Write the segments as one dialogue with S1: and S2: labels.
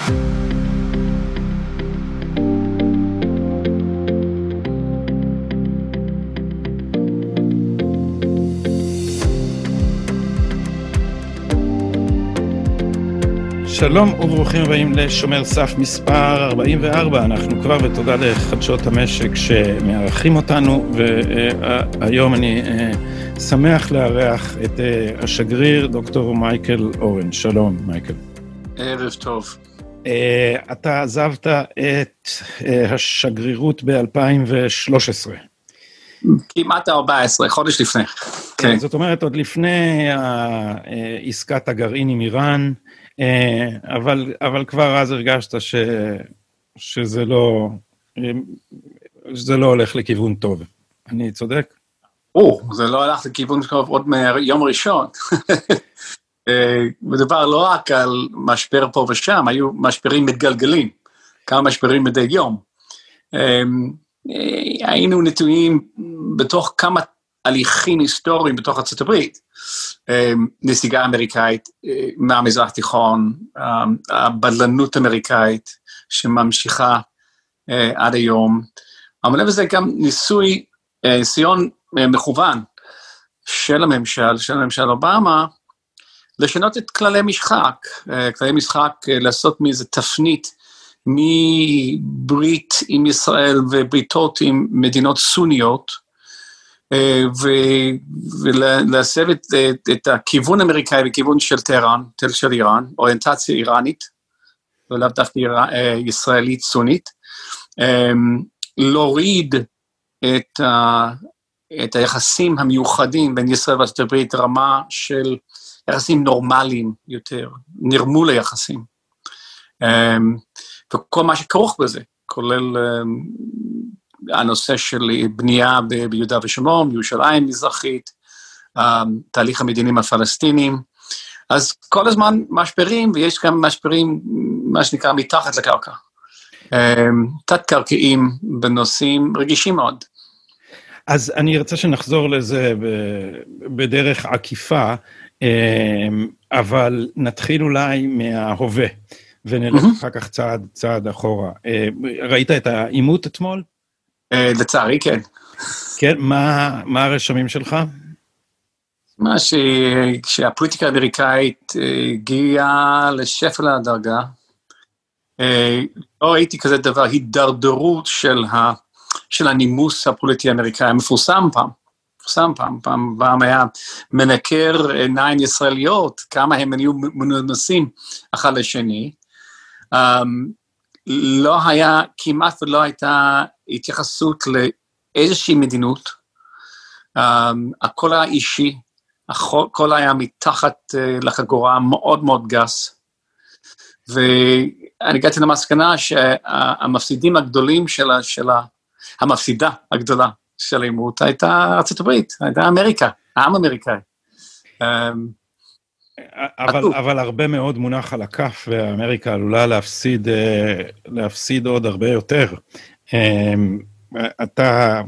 S1: שלום וברוכים הבאים לשומר סף מספר 44, אנחנו כבר ותודה לחדשות המשק שמארחים אותנו, והיום אני שמח לארח את השגריר דוקטור מייקל אורן. שלום מייקל.
S2: ערב טוב.
S1: אתה עזבת את השגרירות ב-2013.
S2: כמעט 14, חודש לפני.
S1: כן. זאת אומרת עוד לפני עסקת הגרעין עם איראן, אבל כבר אז הרגשת שזה לא הולך לכיוון טוב. אני צודק?
S2: זה לא הלך לכיוון טוב עוד מיום ראשון. מדובר לא רק על משבר פה ושם, היו משברים מתגלגלים, כמה משברים מדי יום. היינו נטועים בתוך כמה הליכים היסטוריים בתוך ארצות הברית, נסיגה אמריקאית מהמזרח התיכון, הבדלנות אמריקאית שממשיכה עד היום, אבל זה גם ניסיון מכוון של הממשל אובמה, לשנות את כללי משחק, לעשות מאיזה תפנית, מברית עם ישראל ובריתות עם מדינות סוניות, ולהסב את הכיוון האמריקאי בכיוון של טהרן, של איראן, אוריינטציה איראנית, ולאו דווקא ישראלית סונית, להוריד את היחסים המיוחדים בין ישראל וארצות הברית, רמה של יחסים נורמליים יותר, נרמול היחסים, וכל מה שכרוך בזה, כולל הנושא של בנייה ביהודה ושומרון, ירושלים מזרחית, תהליך המדינים הפלסטינים, אז כל הזמן משברים, ויש גם משברים, מה שנקרא, מתחת לקרקע, תת-קרקעיים בנושאים רגישים מאוד.
S1: אז אני רוצה שנחזור לזה בדרך עקיפה, אבל נתחיל אולי מההווה, ונלך אחר כך צעד אחורה. ראית את העימות אתמול?
S2: לצערי, כן.
S1: כן, מה הרשמים שלך?
S2: מה שהפוליטיקה האמריקאית הגיעה לשפל הדרגה, לא ראיתי כזה דבר, הידרדרות של הנימוס הפוליטי האמריקאי, מפורסם פעם היה מנקר עיניים ישראליות, כמה הם היו מנומסים אחד לשני, לא היה, כמעט ולא הייתה התייחסות לאיזושהי מדיניות, הכל היה אישי, הכל היה מתחת לחגורה מאוד מאוד גס, ואני הגעתי למסקנה שהמפסידים הגדולים המפסידה הגדולה של העימות הייתה ארצות הברית, הייתה אמריקה, העם האמריקאי.
S1: אבל הרבה מאוד מונח על הכף, ואמריקה עלולה להפסיד עוד הרבה יותר. אתה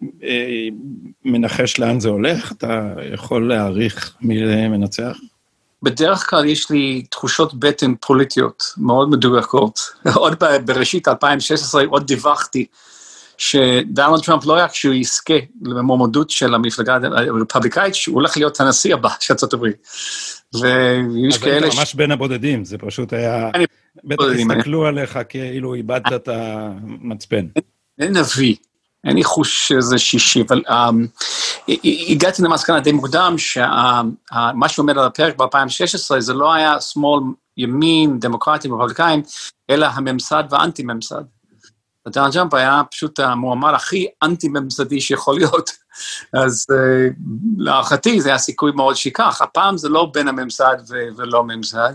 S1: מנחש לאן זה הולך? אתה יכול להעריך מי מנצח?
S2: בדרך כלל יש לי תחושות בטן פוליטיות מאוד מדויקות. עוד בראשית 2016 עוד דיווחתי שדונלד טראמפ לא רק שהוא יזכה למועמדות של המפלגה הרפובליקאית, שהוא הולך להיות הנשיא הבא של ארצות הברית. ויש כאלה...
S1: אז ממש בין הבודדים, זה פשוט היה... בטח הסתכלו עליך כאילו איבדת את המצפן.
S2: אין נביא, אין לי חוש שזה שישי, אבל הגעתי למסקנה די מוקדם, שמה שעומד על הפרק ב-2016, זה לא היה שמאל, ימין, דמוקרטים, רפובליקאים, אלא הממסד והאנטי-ממסד. דונלד טראמפ היה פשוט המועמד הכי אנטי-ממסדי שיכול להיות, אז להערכתי זה היה סיכוי מאוד שיקח, הפעם זה לא בין הממסד ולא ממסד,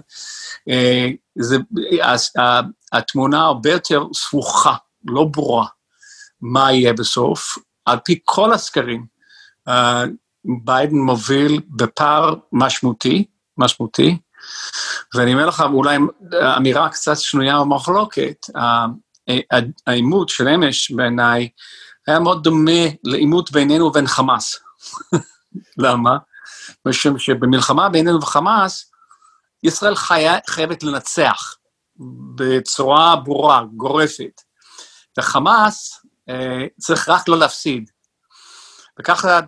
S2: התמונה הרבה יותר סבוכה, לא ברורה, מה יהיה בסוף, על פי כל הסקרים, ביידן מוביל בפער משמעותי, ואני אומר לך אולי אמירה קצת שנויה במחלוקת, העימות של אמש בעיניי היה מאוד דומה לעימות בינינו ובין חמאס. למה? משום שבמלחמה בינינו וחמאס, ישראל חייבת לנצח בצורה ברורה, גורפת, וחמאס צריך רק לא להפסיד. וככה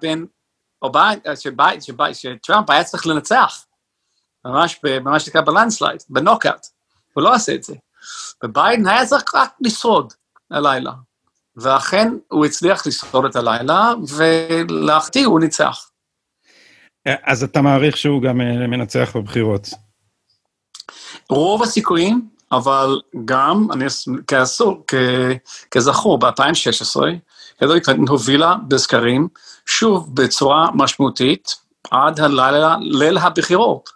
S2: שטראמפ היה צריך לנצח, ממש נקרא בלנדסלייד, בנוקאוט, הוא לא עשה את זה. וביידן היה צריך רק לשרוד הלילה, ואכן הוא הצליח לשרוד את הלילה, ולהחטיא הוא ניצח.
S1: אז אתה מעריך שהוא גם מנצח בבחירות?
S2: רוב הסיכויים, אבל גם, כזכור, ב-2016, הילרי קלינטון הובילה בסקרים, שוב בצורה משמעותית, עד הלילה, ליל הבחירות.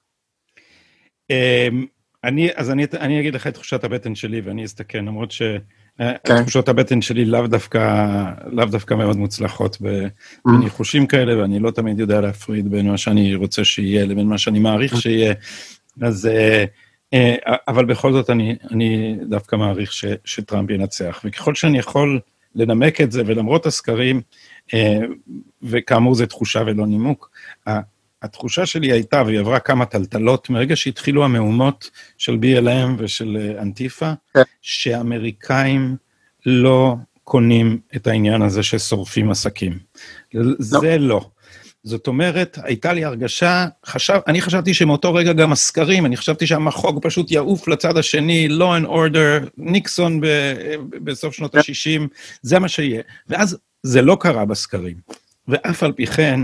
S1: אני אגיד לך את תחושת הבטן שלי, ואני אסתכן, למרות שתחושות הבטן שלי לאו דווקא מאוד מוצלחות בניחושים כאלה, ואני לא תמיד יודע להפריד בין מה שאני רוצה שיהיה, לבין מה שאני מעריך שיהיה, אז, אבל בכל זאת אני דווקא מעריך שטראמפ ינצח, וככל שאני יכול לנמק את זה, ולמרות הסקרים, וכאמור זה תחושה ולא נימוק, התחושה שלי הייתה, והיא עברה כמה טלטלות, מרגע שהתחילו המהומות של BLM ושל אנטיפה, שאמריקאים לא קונים את העניין הזה ששורפים עסקים. זה לא. זאת אומרת, הייתה לי הרגשה, אני חשבתי שמאותו רגע גם הסקרים, אני חשבתי שהמחוג פשוט יעוף לצד השני, law and order, ניקסון בסוף שנות ה-60, זה מה שיהיה. ואז זה לא קרה בסקרים. ואף על פי כן,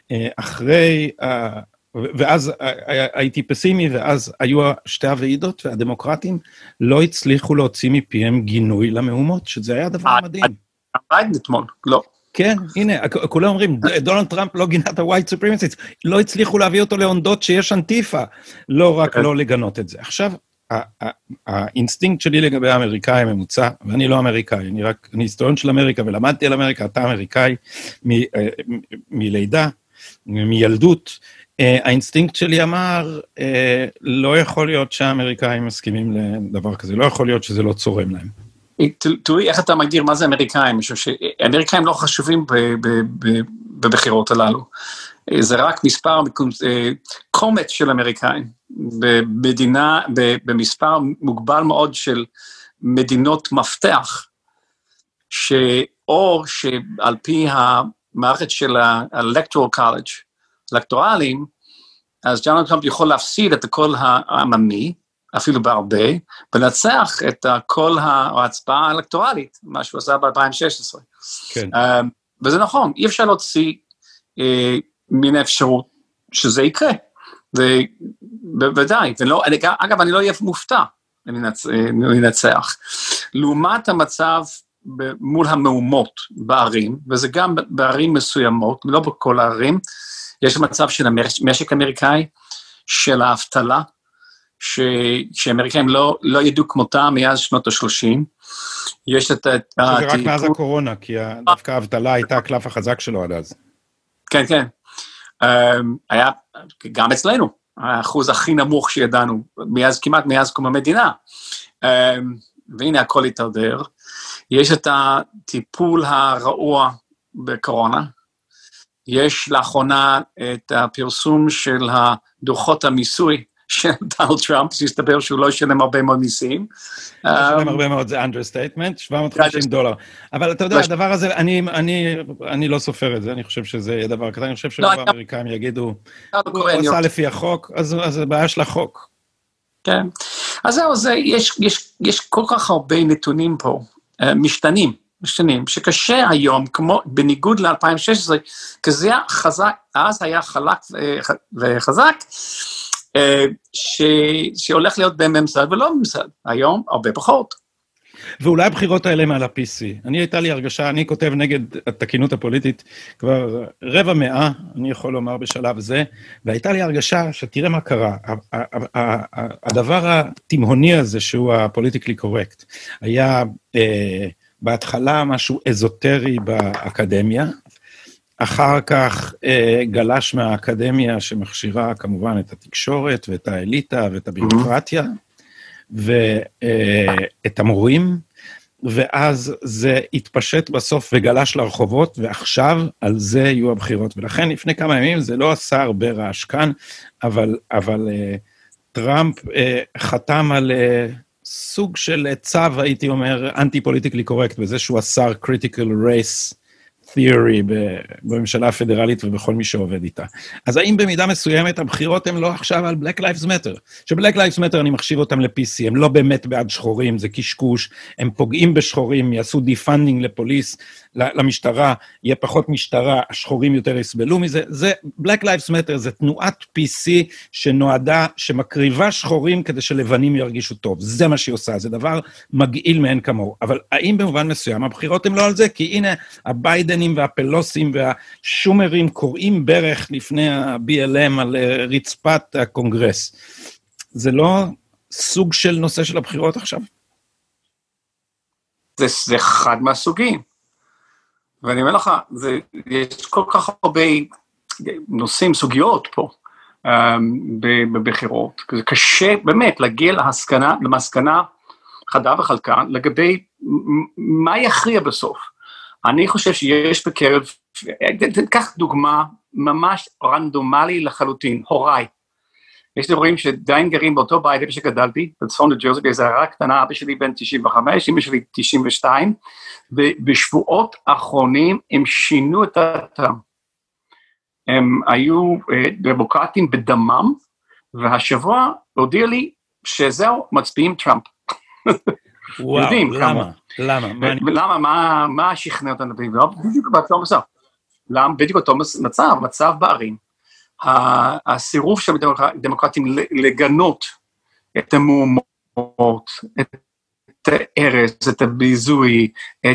S1: ואז הייתי פסימי, ואז היו שתי הוועידות, והדמוקרטים לא הצליחו להוציא מפיהם גינוי למהומות, שזה היה דבר מדהים.
S2: ביידן אתמול, לא.
S1: כן, הנה, כולם אומרים, דונלד טראמפ לא גינה את ה-white supremacists, לא הצליחו להביא אותו לעונדות שיש אנטיפה, לא רק לא לגנות את זה. עכשיו, האינסטינקט שלי לגבי האמריקאי הממוצע, ואני לא אמריקאי, אני היסטוריון של אמריקה, ולמדתי על אמריקה, אתה אמריקאי מלידה, מילדות, האינסטינקט שלי אמר, לא יכול להיות שהאמריקאים מסכימים לדבר כזה, לא יכול להיות שזה לא צורם להם.
S2: תראי, איך אתה מגדיר מה זה אמריקאים? משום שאמריקאים לא חשובים בבחירות הללו. זה רק מספר, קומץ של אמריקאים, במספר מוגבל מאוד של מדינות מפתח, או שעל פי המערכת של ה-electoral college, אלקטורלים, אז דונלד טראמפ יכול להפסיד את הקול העממי, אפילו בהרבה, ולנצח את כל ההצבעה האלקטורלית, מה שהוא עשה ב-2016.
S1: כן.
S2: וזה נכון, אי אפשר להוציא מן האפשרות שזה יקרה, ובוודאי, אגב, אני לא אהיה מופתע לנצח. לעומת המצב מול המהומות בערים, וזה גם בערים מסוימות, לא בכל הערים, יש מצב של המשק אמריקאי, של האבטלה, שאמריקאים לא ידעו כמותה מאז שנות ה-30. יש את...
S1: זה רק מאז הקורונה, כי דווקא האבטלה הייתה הקלף החזק שלו עד אז.
S2: כן, כן. היה גם אצלנו, האחוז הכי נמוך שידענו, כמעט מאז קום המדינה. והנה הכל התדרדר. יש את הטיפול הרעוע בקורונה, יש לאחרונה את הפרסום של הדוחות המיסוי של דונלד טראמפ, שהסתבר שהוא לא ישלם הרבה מאוד מיסים.
S1: לא ישלם הרבה מאוד, זה understatement, $750. אבל אתה יודע, הדבר הזה, אני לא סופר את זה, אני חושב שזה יהיה דבר כזה, אני חושב שרוב האמריקאים יגידו, הוא עשה לפי החוק, אז זה בעיה של החוק.
S2: כן, אז זהו, יש כל כך הרבה נתונים פה, משתנים, שקשה היום, כמו בניגוד ל-2016, כזה חזק, אז היה חלק וחזק, שהולך להיות בממסד ולא בממסד, היום הרבה פחות.
S1: ואולי הבחירות האלה מעל ה-PC. הייתה לי הרגשה, אני כותב נגד התקינות הפוליטית כבר רבע מאה, אני יכול לומר בשלב זה, והייתה לי הרגשה שתראה מה קרה, הדבר התימהוני הזה שהוא הפוליטיקלי קורקט, היה בהתחלה משהו אזוטרי באקדמיה, אחר כך גלש מהאקדמיה שמכשירה כמובן את התקשורת ואת האליטה ואת הביורוקרטיה, ואת המורים, ואז זה התפשט בסוף וגלש לרחובות, ועכשיו על זה יהיו הבחירות. ולכן לפני כמה ימים זה לא עשה הרבה רעש כאן, אבל טראמפ חתם על סוג של צו, הייתי אומר, אנטי-פוליטיקלי קורקט, בזה שהוא אסר critical race theory בממשלה הפדרלית ובכל מי שעובד איתה. אז האם במידה מסוימת הבחירות הן לא עכשיו על Black Lives Matter? ש-Black Lives Matter אני מחשיב אותם ל-PC, הם לא באמת בעד שחורים, זה קשקוש, הם פוגעים בשחורים, יעשו דיפנדינג לפוליס, למשטרה, יהיה פחות משטרה, השחורים יותר יסבלו מזה, זה, Black Lives Matter זה תנועת PC שנועדה, שמקריבה שחורים כדי שלבנים ירגישו טוב, זה מה שהיא עושה, זה דבר מגעיל מאין כמוהו, אבל האם במובן מסוים הבחירות הן לא על זה? כי הנה הביידנים והפלוסים והשומרים קוראים ברך לפני ה-BLM על רצפת הקונגרס, זה לא סוג של נושא של הבחירות עכשיו?
S2: זה אחד מהסוגים. ואני אומר לך, יש כל כך הרבה נושאים, סוגיות פה, בבחירות. זה קשה באמת להגיע למסקנה חדה וחלקה, לגבי מה יכריע בסוף. אני חושב שיש בקרב, תיקח דוגמה ממש רנדומלי לחלוטין, הוריי. יש דברים שדיין גרים באותו בית, איפה שגדלתי, בצפון ניו ג'רזי, באיזו עיירה קטנה, אבא שלי בן 95, אמא שלי 92, ובשבועות האחרונים הם שינו את דעתם. הם היו דמוקרטים בדמם, והשבוע הודיע לי שזהו, מצביעים טראמפ.
S1: וואו, למה?
S2: מה שכנע אותנו? בדיוק באותו מצב. למה? בדיוק אותו מצב בערים. הסירוב של הדמוקרטים לגנות את המהומות, את הארץ, את הביזוי,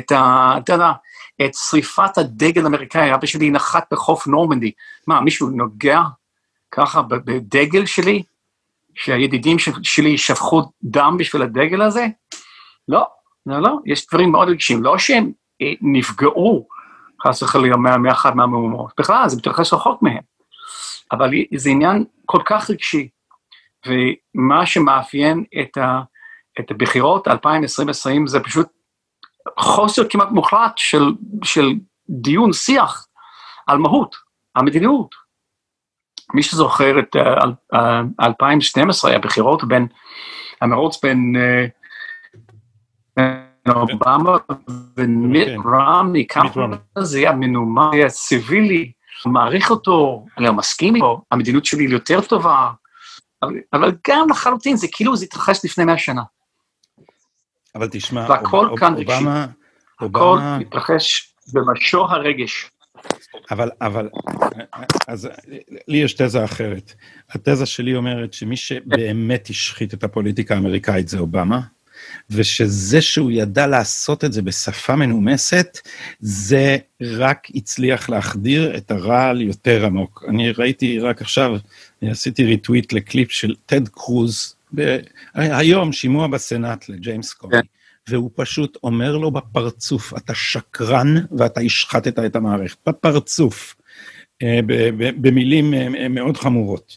S2: את שריפת הדגל האמריקאי, אבא שלי נחת בחוף נורמנדי, מה, מישהו נוגע ככה בדגל שלי, שהידידים שלי שפכו דם בשביל הדגל הזה? לא, יש דברים מאוד רגשים, לא שהם נפגעו, חס וחלילה מאחד מהמהומות, בכלל זה מתרחש רחוק מהם, אבל זה עניין כל כך רגשי, ומה שמאפיין את הבחירות 2020 זה פשוט חוסר כמעט מוחלט של דיון, שיח על מהות, המדיניות. מי שזוכר את 2012, הבחירות המרוץ בין אובמה ומיט רומני, כמה זה היה מנומר, זה היה ציווילי, מעריך אותו, אני מסכים איתו, המדיניות שלי יותר טובה, אבל גם לחלוטין, זה כאילו זה התרחש לפני 100 שנה.
S1: אבל תשמע,
S2: והכל כאן רגשי, הכל התרחש במשור הרגש.
S1: אבל, אז לי יש תזה אחרת. התזה שלי אומרת שמי שבאמת השחית את הפוליטיקה האמריקאית זה אובמה, ושזה שהוא ידע לעשות את זה בשפה מנומסת, זה רק הצליח להחדיר את הרעל יותר עמוק. אני ראיתי רק עכשיו, עשיתי ריטוויט לקליפ של טד קרוז, היום שימוע בסנאט לג'יימס קומי, והוא פשוט אומר לו בפרצוף, אתה שקרן ואתה השחטת את המערכת, בפרצוף, במילים מאוד חמורות.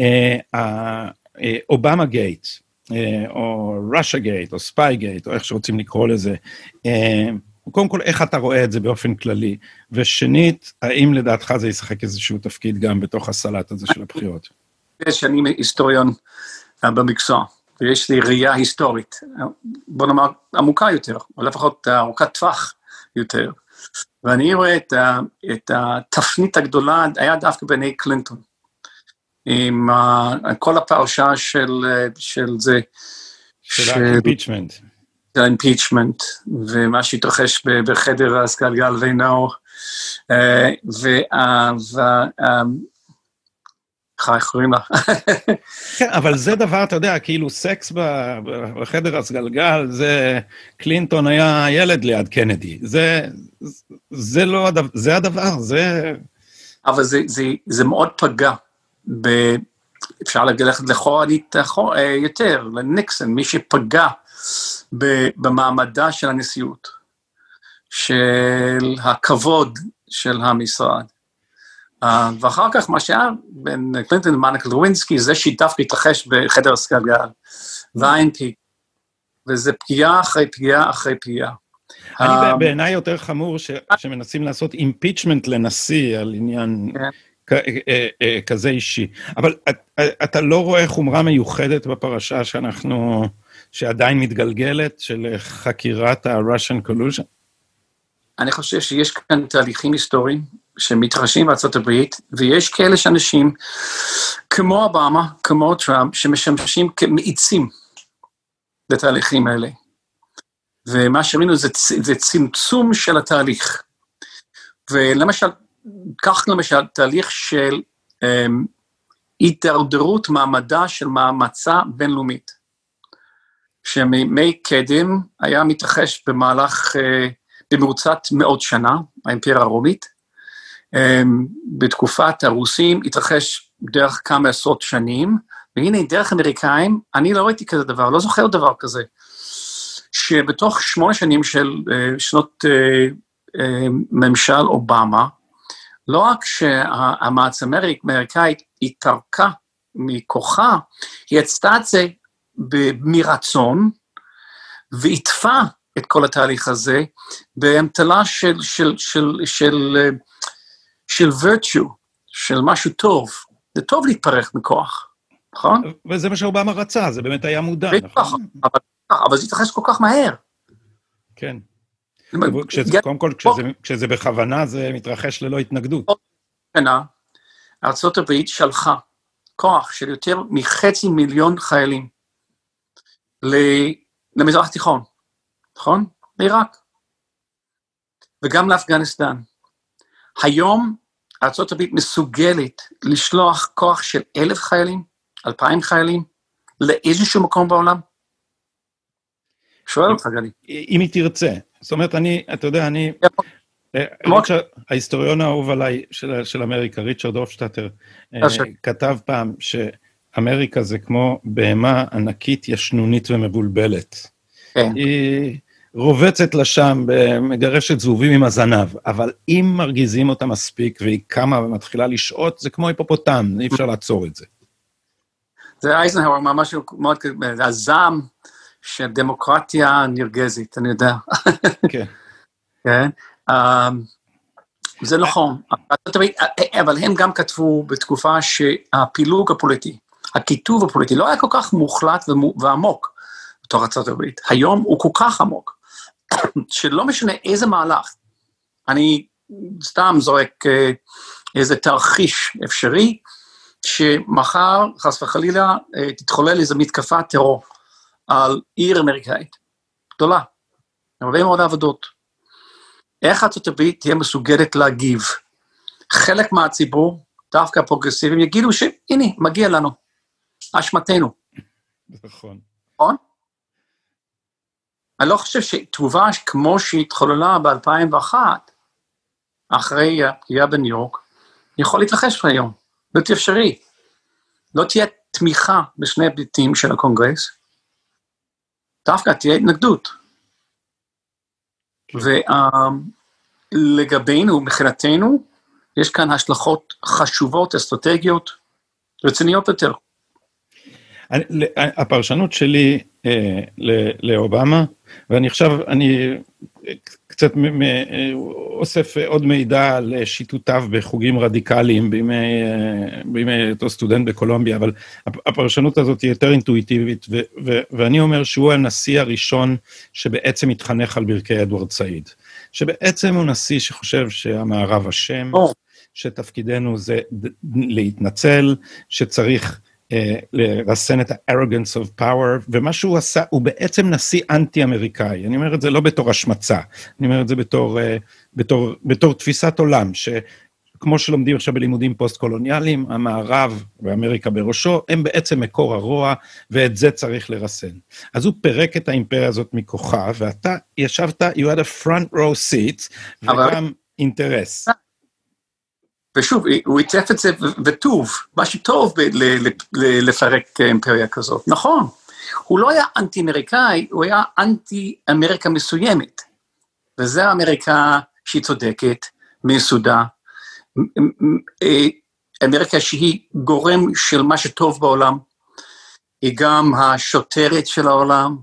S1: אובמה גייט, או ראשה גייט, או ספיי גייט, או איך שרוצים לקרוא לזה, קודם כל, איך אתה רואה את זה באופן כללי, ושנית, האם לדעתך זה ישחק איזשהו תפקיד גם בתוך הסלט הזה של הבחירות?
S2: אני היסטוריון במקצוע, ויש לי ראייה היסטורית, בוא נאמר עמוקה יותר, או לפחות ארוכת טווח יותר, ואני רואה את התפנית הגדולה, היה דווקא בעיני קלינטון, עם כל הפרשה של זה,
S1: של האימפיצ'מנט.
S2: של האימפיצ'מנט, ומה שהתרחש בחדר הסגלגל בינו, איך קוראים לה?
S1: כן, אבל זה דבר, אתה יודע, כאילו סקס בחדר הסגלגל, זה, קלינטון היה ילד ליד קנדי, זה לא, זה הדבר, זה...
S2: אבל זה מאוד פגע, אפשר ללכת לחורנית יותר, לניקסון, מי שפגע במעמדה של הנשיאות, של הכבוד של המשרד, ואחר כך מה שהיה בין קלינטון ומוניקה לוינסקי, זה שדווקא התרחש בחדר הסגלגל, והאנטי, וזה פגיעה אחרי פגיעה אחרי פגיעה.
S1: אני בעיניי יותר חמור שמנסים לעשות אימפיצ'מנט לנשיא על עניין כזה אישי, אבל אתה לא רואה חומרה מיוחדת בפרשה שאנחנו שעדיין מתגלגלת, של חקירת ה-Russian collusion?
S2: אני חושב שיש כאן תהליכים היסטוריים שמתרחשים בארצות הברית, ויש כאלה שאנשים, כמו אובמה, כמו טראמפ, שמשמשים כמאיצים לתהליכים האלה. ומה שראינו זה צמצום של התהליך. ולמשל, כך למשל, תהליך של התדרדרות מעמדה של מאמצה בינלאומית, שמימי קדם היה מתרחש במהלך, במרוצת מאות שנה, האימפריה הרומית, בתקופת הרוסים התרחש דרך כמה עשרות שנים, והנה דרך אמריקאים, אני לא ראיתי כזה דבר, לא זוכר דבר כזה, שבתוך 8 שנים של שנות ממשל אובמה, לא רק שהמעצמה האמריקאית התפרקה מכוחה, היא יצאה את זה מרצון, והתפה את כל התהליך הזה, באמתלה של virtue, של משהו טוב. זה טוב להתפרק מכוח, נכון?
S1: וזה מה שאובמה רצה, זה באמת היה מודע, נכון?
S2: אבל זה התרחש כל כך מהר.
S1: כן. קודם כל, כשזה בכוונה, זה מתרחש ללא התנגדות.
S2: ארצות הברית שלחה כוח של יותר מ500,000 חיילים למזרח התיכון, נכון? לעיראק. וגם לאפגניסטן. היום ארצות הברית מסוגלת לשלוח כוח של 1,000 חיילים, 2,000 חיילים, לאיזשהו מקום בעולם? שואל אותך, גלי.
S1: אם היא תרצה. זאת אומרת, אתה יודע, ההיסטוריון האהוב עליי של אמריקה, ריצ'רד הופשטאטר, כתב פעם שאמריקה זה כמו בהמה ענקית, ישנונית ומבולבלת. היא רובצת לשם במגרשת זבובים עם הזנב, אבל אם מרגיזים אותה מספיק והיא קמה ומתחילה לשעות, זה כמו היפופוטם, אי אפשר לעצור את זה.
S2: זה אייזנהאואר, ממש מאוד, זה הזעם של דמוקרטיה נרגזית, אני יודע.
S1: כן.
S2: כן. זה נכון, אבל הם גם כתבו בתקופה שהפילוג הפוליטי, הכיתוב הפוליטי, לא היה כל כך מוחלט ועמוק בתוך ארצות הברית. היום הוא כל כך עמוק, שלא משנה איזה מהלך. אני סתם זורק איזה תרחיש אפשרי, שמחר, חס וחלילה, תתחולל איזו מתקפת טרור על עיר אמריקאית, גדולה, הרבה מאוד עבודות. איך ארצות הברית תהיה מסוגלת להגיב? חלק מהציבור, דווקא הפרוגרסיביים, יגידו שהנה, מגיע לנו, אשמתנו.
S1: נכון.
S2: נכון? אני לא חושב שתגובה כמו שהתחוללה ב-2001, אחרי הפגיעה בניו יורק, יכול להתרחש היום, בלתי אפשרי. לא תהיה תמיכה בשני היבטים של הקונגרס, דווקא תהיה התנגדות. ולגבינו, מבחינתנו, יש כאן השלכות חשובות, אסטרטגיות, רציניות יותר.
S1: הפרשנות שלי לאובמה, ואני עכשיו, אני קצת אוסף עוד מידע על שיטותיו בחוגים רדיקליים בימי אותו סטודנט בקולומביה, אבל הפרשנות הזאת היא יותר אינטואיטיבית, ואני אומר שהוא הנשיא הראשון שבעצם התחנך על ברכי אדוארד סעיד, שבעצם הוא נשיא שחושב שהמערב אשם, שתפקידנו זה להתנצל, שצריך לרסן את ה-arrogance of power, ומה שהוא עשה, הוא בעצם נשיא אנטי-אמריקאי, אני אומר את זה לא בתור השמצה, אני אומר את זה בתור תפיסת עולם, שכמו שלומדים עכשיו בלימודים פוסט-קולוניאליים, המערב ואמריקה בראשו, הם בעצם מקור הרוע, ואת זה צריך לרסן. אז הוא פרק את האימפריה הזאת מכוחה, ואתה ישבת, you had a front row seat, וגם אינטרס.
S2: ושוב, הוא יצף את זה וטוב, משהו טוב לפרק אימפריה כזאת. נכון, הוא לא היה אנטי-אמריקאי, הוא היה אנטי-אמריקה מסוימת. וזה האמריקה שהיא צודקת, מיסודה. אמריקה שהיא גורם של מה שטוב בעולם, היא גם השוטרת של העולם,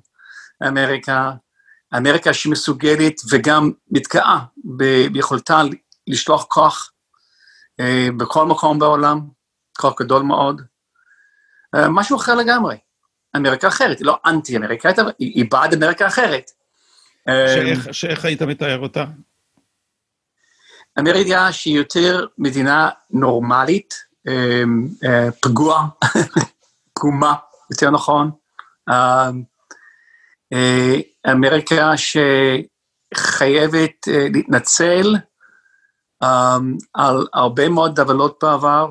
S2: אמריקה שהיא מסוגלת וגם מתגאה ביכולתה לשלוח כוח, בכל מקום בעולם, כוח גדול מאוד, משהו אחר לגמרי. אמריקה אחרת, היא לא אנטי-אמריקאית, אבל היא בעד אמריקה אחרת.
S1: שאיך היית מתאר אותה?
S2: אמריקה שהיא יותר מדינה נורמלית, פגועה, פגומה, יותר נכון. אמריקה שחייבת להתנצל על הרבה מאוד עוולות בעבר,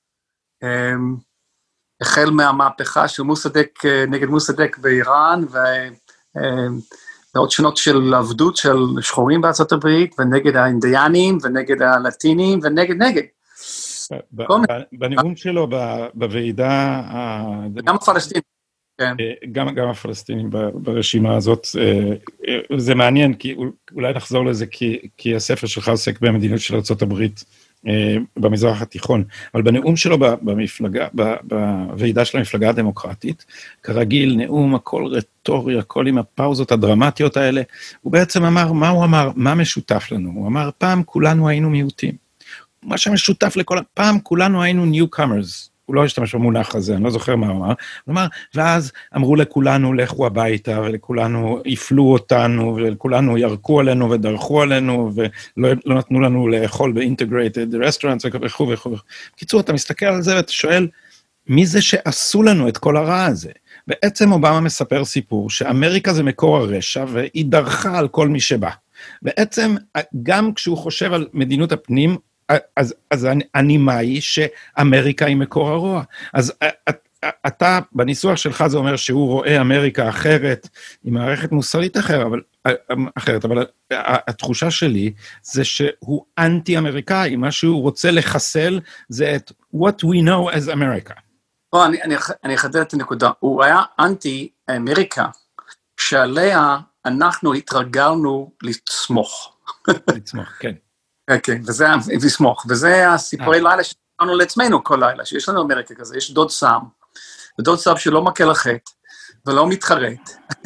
S2: החל מהמהפכה של מוסדק נגד מוסדק באיראן, ועוד שנות של עבדות של שחורים בארצות הברית, ונגד האינדיאנים, ונגד הלטינים, נגד.
S1: בנאום שלו, בוועידה...
S2: גם הפלסטינים. כן.
S1: גם הפלסטינים ברשימה הזאת, זה מעניין, כי אולי נחזור לזה, כי הספר שלך עוסק במדיניות של ארצות הברית, במזרח התיכון, אבל בנאום שלו בוועידה של המפלגה הדמוקרטית, כרגיל, נאום, הכל רטורי, הכל עם הפאוזות הדרמטיות האלה, הוא בעצם אמר, מה משותף לנו? הוא אמר, פעם כולנו היינו מיעוטים. מה שמשותף פעם כולנו היינו newcomers. הוא לא השתמש במונח הזה, אני לא זוכר מה הוא אמר. הוא אמר, ואז אמרו לכולנו, לכו הביתה, ולכולנו יפלו אותנו, ולכולנו ירקו עלינו ודרכו עלינו, ולא נתנו לנו לאכול ב-integrated restaurants וכו' וכו'. בקיצור, אתה מסתכל על זה ואתה שואל, מי זה שעשו לנו את כל הרע הזה? בעצם אובמה מספר סיפור, שאמריקה זה מקור הרשע, והיא דרכה על כל מי שבא. בעצם, גם כשהוא חושב על מדינות הפנים, אז הנימה היא שאמריקה היא מקור הרוע. אז אתה, בניסוח שלך זה אומר שהוא רואה אמריקה אחרת, עם מערכת מוסרית אחרת, אבל התחושה שלי זה שהוא אנטי-אמריקאי, מה שהוא רוצה לחסל זה את what we know as America.
S2: אני אחדד את הנקודה, הוא היה אנטי-אמריקה, שעליה אנחנו התרגלנו לסמוך.
S1: לסמוך, כן.
S2: כן, וזה לסמוך, וזה הסיפורי לילה שאנחנו לעצמנו כל לילה, שיש לנו אמריקה כזה, יש דוד סם, ודוד סם שלא מכה לחטא, ולא מתחרט,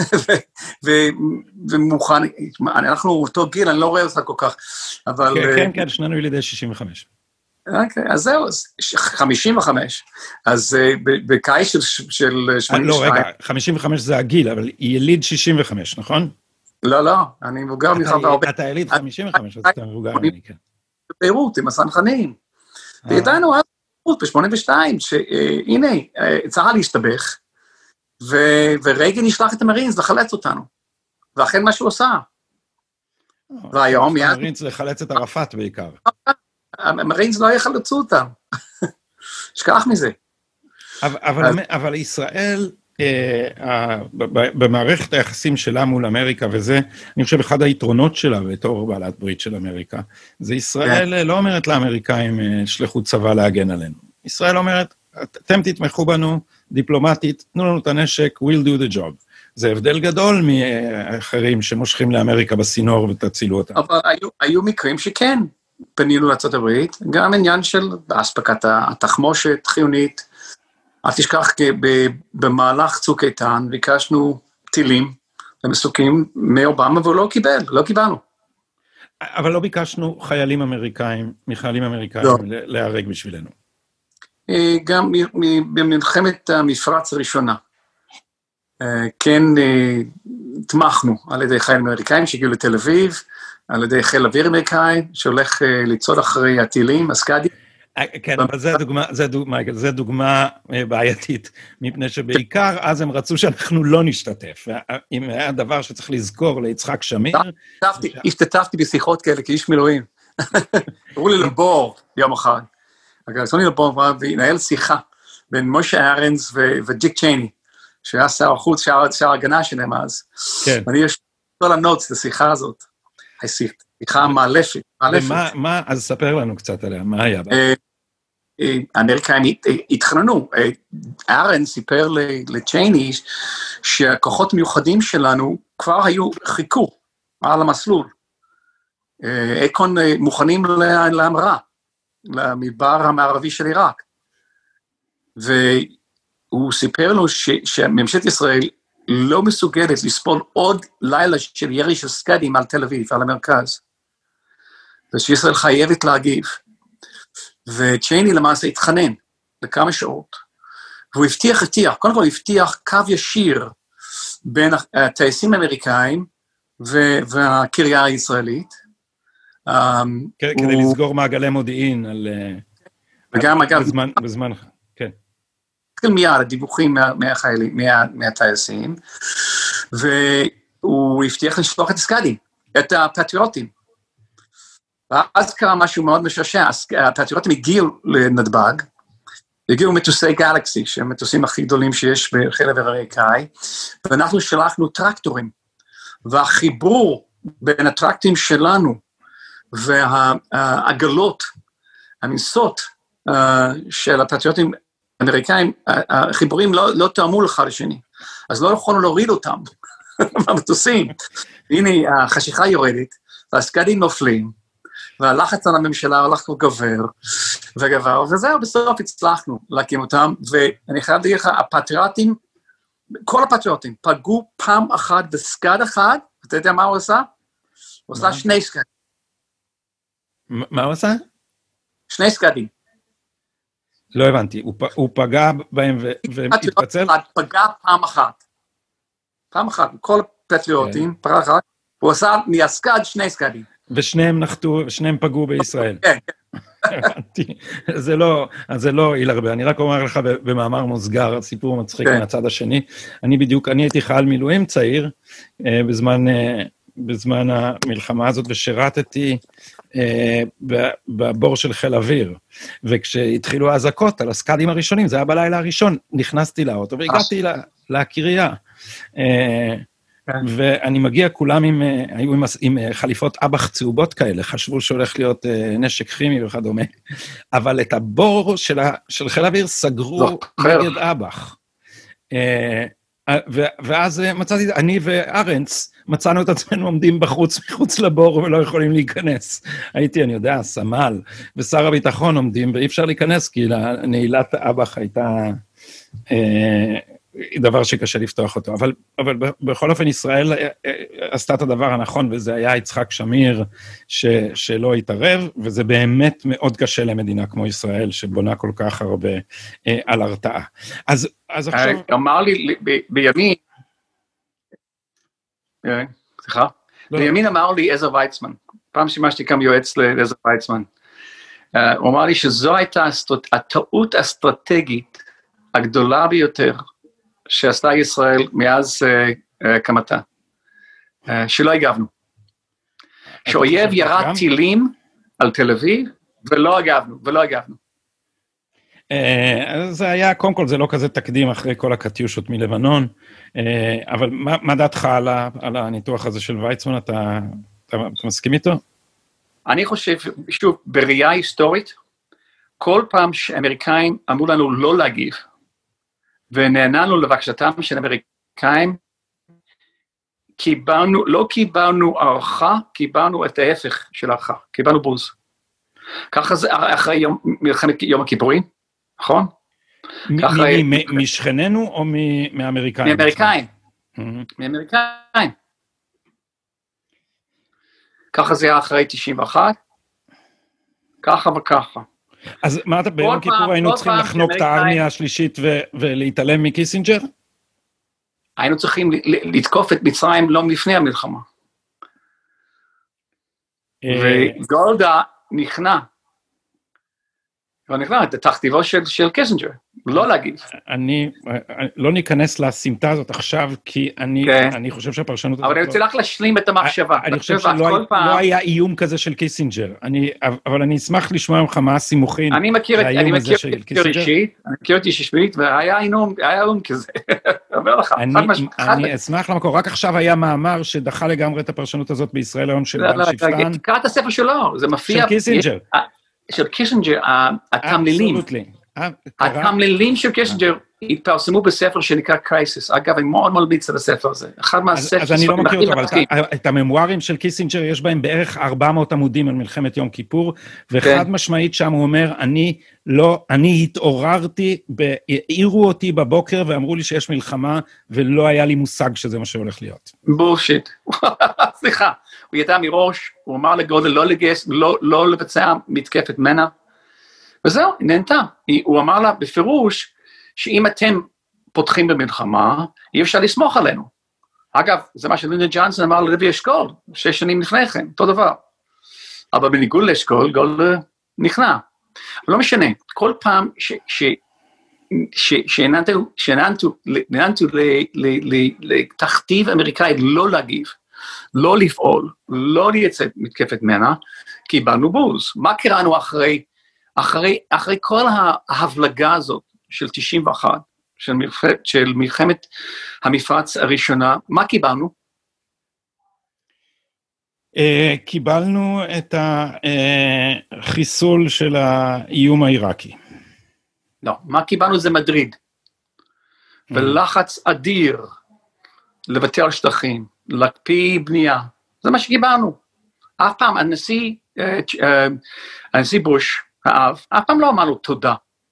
S2: ומוכן, אנחנו אותו גיל, אני לא רואה אותך כל כך, אבל...
S1: כן, שננו ילידי 65.
S2: אוקיי, אז זהו, 55, אז בקיץ של 82.
S1: לא, רגע, 55 זה הגיל, אבל יליד 65, נכון?
S2: לא, אני מבוגר ממך בהרבה.
S1: אתה יליד 55, אז אתה מבוגר ממני, כן.
S2: בביירות, עם הסנחנים. וידענו אז ב-82, שהנה, צריכה להשתבח, ורייגן נשלח את המרינס לחלץ אותנו. ואכן מה שהוא עושה. והיום מיד...
S1: המרינס לחלץ את ערפאת בעיקר.
S2: המרינס לא יחלצו אותם. שכח מזה.
S1: אבל ישראל... במערכת היחסים שלה מול אמריקה, וזה, אני חושב, אחד היתרונות שלה בתור בעלת ברית של אמריקה, זה ישראל לא אומרת לאמריקאים, שלחו צבא להגן עלינו. ישראל אומרת, אתם תתמכו בנו דיפלומטית, תנו לנו את הנשק, we'll do the job. זה הבדל גדול מאחרים שמושכים לאמריקה בסינור ותצילו אותם.
S2: אבל היו מקרים שכן, פנינו לארצות הברית, גם עניין של אספקת התחמושת חיונית, אל תשכח, במהלך צוק איתן, ביקשנו טילים ומסוקים מאובמה, והוא לא קיבלנו.
S1: אבל לא ביקשנו חיילים אמריקאים להיהרג בשבילנו.
S2: גם במלחמת המפרץ הראשונה, כן תמכנו על ידי חיילים אמריקאים שהגיעו לתל אביב, על ידי חיל אוויר אמריקאי, שהולך לצעוד אחרי הטילים, הסקאדי,
S1: כן, אבל זה דוגמה בעייתית, מפני שבעיקר אז הם רצו שאנחנו לא נשתתף. אם היה דבר שצריך לזכור ליצחק שמיר...
S2: השתתפתי בשיחות כאלה כאיש מילואים. קראו לי לבור יום אחד. קראו לי לבור וינהל שיחה בין משה ארנס ודיק צ'ייני, שהיה שר החוץ, שר ההגנה שלהם אז. ואני יש כל הנוטס לשיחה הזאת. שיחה מאלפת.
S1: אז ספר לנו קצת עליה, מה היה בה?
S2: האמריקאים התחננו, ארן סיפר לצ'ייני שהכוחות מיוחדים שלנו כבר חיכו על המסלול, אקון מוכנים להמראה, למדבר המערבי של עיראק, והוא סיפר לו שממשלת ישראל לא מסוגלת לספול עוד לילה של ירי של סקאדים על תל אביב, על המרכז, ושישראל חייבת להגיב, וצ'ייני למעשה התחנן לכמה שעות, והוא קודם כל הוא הבטיח קו ישיר בין הטייסים האמריקאים והקריה הישראלית.
S1: כדי לסגור מעגלי מודיעין על...
S2: וגם אגב...
S1: בזמן, כן.
S2: התחיל מיד הדיווחים מהטייסים, והוא הבטיח לשלוח את הסקאדים, את הפטריוטים. ואז קרה משהו מאוד משעשע, הפטריוטים הגיעו לנתב"ג, הגיעו מטוסי גלקסי, שהם המטוסים הכי גדולים שיש בחיל האוויר האמריקאי, ואנחנו שלחנו טרקטורים, והחיבור בין הטרקטורים שלנו, והעגלות, המסות של הפטריוטים האמריקאים, החיבורים לא תאמו לך לשני, אז לא יכולנו להוריד אותם במטוסים. הנה, החשיכה יורדת, והסקאדים נופלים, והלחץ על הממשלה הולך וגבר, וזהו, בסוף הצלחנו להקים אותם, ואני חייב להגיד לך, כל הפטריוטים פגעו פעם אחת בסקאד אחד, אתה יודע מה הוא עשה? הוא עשה 2 סקאדים.
S1: מה הוא עשה?
S2: 2 סקאדים.
S1: לא הבנתי, הוא פגע בהם והתפצל?
S2: פגע פעם אחת, כל הפטריוטים, פעם אחת, הוא עשה מהסקאד 2 סקאדים.
S1: ושניהם נחתו, ושניהם פגעו בישראל.
S2: כן.
S1: זה לא עיל הרבה, אני רק אומר לך במאמר מוסגר, סיפור מצחיק מהצד השני, אני הייתי חייל מילואים צעיר, בזמן המלחמה הזאת, ושירתתי בבור של חיל אוויר, וכשהתחילו האזעקות על הסקאדים הראשונים, זה היה בלילה הראשון, נכנסתי לאוטו, והגעתי לקריה, ואני מגיע, כולם היו עם חליפות אב"ח צהובות כאלה, חשבו שהולך להיות נשק כימי וכדומה, אבל את הבור של חיל האוויר סגרו נגד אב"ח. ואז מצאתי, אני וארנץ, מצאנו את עצמנו עומדים מחוץ לבור ולא יכולים להיכנס. אני יודע, סמל ושר הביטחון עומדים, ואי אפשר להיכנס, כי נעילת אב"ח הייתה דבר שקשה לפתוח אותו. אבל בכל אופן ישראל עשתה את הדבר הנכון, וזה היה יצחק שמיר שלא התערב, וזה באמת מאוד קשה למדינה כמו ישראל, שבונה כל כך הרבה על הרתעה. אז עכשיו...
S2: אמר לי בימין אמר לי עזר ויצמן, פעם שימשתי כמה יועץ לעזר ויצמן, הוא אמר לי שזו הייתה הטעות האסטרטגית הגדולה ביותר, שעשתה ישראל מאז הקמתה, שלא הגבנו. שאויב ירה טילים על תל אביב, ולא הגבנו.
S1: זה היה, קודם כל זה לא כזה תקדים אחרי כל הקטיושות מלבנון, אבל מה דעתך על הניתוח הזה של ויצמן, אתה מסכים איתו?
S2: אני חושב, שוב, בראייה היסטורית, כל פעם שאמריקאים אמרו לנו לא להגיב, ונעננו לבקשתם של אמריקאים, לא קיבלנו הערכה, קיבלנו את ההפך של הערכה, קיבלנו בוז. ככה זה אחרי מלחמת יום הכיפורים, נכון?
S1: משכננו או מאמריקאים?
S2: מאמריקאים. ככה זה היה אחרי 91, ככה וככה.
S1: אז מה אתה ביום כיפור היינו צריכים לחנוק את הארמיה השלישית ולהתעלם מקיסינג'ר?
S2: היינו צריכים לתקוף את מצרים לא לפני המלחמה. וגולדה נכנע. את התכתיבו של קיסינג'ר, לא להגיד.
S1: לא ניכנס לסמטה הזאת עכשיו, כי אני חושב שהפרשנות...
S2: אבל אני רוצה לך להשלים את המחשבה.
S1: אני חושב שלא היה איום כזה של קיסינג'ר, אבל אני אשמח לשמוע ממך מה הסימוכין.
S2: אני מכיר את אישית, והיה איום כזה.
S1: אני אשמח למקור, רק עכשיו היה מאמר שדחה לגמרי את הפרשנות הזאת בישראל היום של בעל שפטן.
S2: תקרא את הספר שלו, זה מופיע...
S1: של קיסינג'ר.
S2: של קיסינג'ר, התמלילים של קיסינג'ר התפרסמו בספר שנקרא קרייסיס. אגב, אני מאוד מלביץ על הספר הזה.
S1: אז אני לא מכיר אותו, אבל את הממוארים של קיסינג'ר יש בהם בערך 400 עמודים על מלחמת יום כיפור, וחד משמעית שם הוא אומר, אני התעוררתי, העירו אותי בבוקר ואמרו לי שיש מלחמה, ולא היה לי מושג שזה מה שהולך להיות.
S2: בולשיט. סליחה. הוא ידע מראש, הוא אמר לגודל לא לגייס, לא לבצע מתקפת מנה, וזהו, נהנתה. הוא אמר לה בפירוש, שאם אתם פותחים במלחמה, אי אפשר לסמוך עלינו. אגב, זה מה שלינדון ג'ונסון אמר ללוי אשכול, 6 שנים לפני כן, אותו דבר. אבל בניגוד לאשכול, גולדה נכנע. לא משנה, כל פעם שנענתו לתכתיב אמריקאי לא להגיב, לא לפעול, לא לייצא מתקפת מנע, קיבלנו בוז. מה קראנו אחרי כל ההבלגה הזאת של 91, של מלחמת המפרץ הראשונה, מה קיבלנו?
S1: קיבלנו את החיסול של האיום העיראקי.
S2: לא, מה קיבלנו זה מדריד. ולחץ אדיר לוותר שטחים, להקפיא בנייה. זה מה שקיבלנו. אף פעם הנשיא בוש, האב, אף פעם לא אמרנו תודה.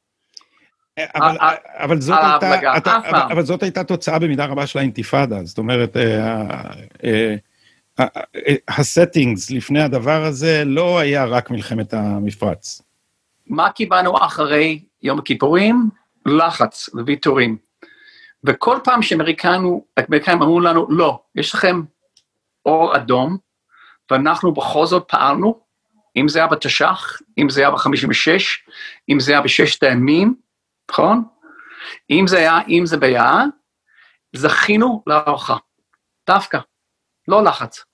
S1: אבל זאת הייתה תוצאה במידה רבה של האינתיפאדה, זאת אומרת, הסטינגס לפני הדבר הזה לא היה רק מלחמת המפרץ.
S2: מה קיבלנו אחרי יום הכיפורים? לחץ וויתורים. וכל פעם שהאמריקאים אמרו לנו, לא, יש לכם אור אדום, ואנחנו בכל זאת פעלנו, אם זה היה בתש"ח, אם זה היה ב-56, אם זה היה בששת הימים, נכון? אם זה היה, זכינו להערכה. דווקא, לא לחץ.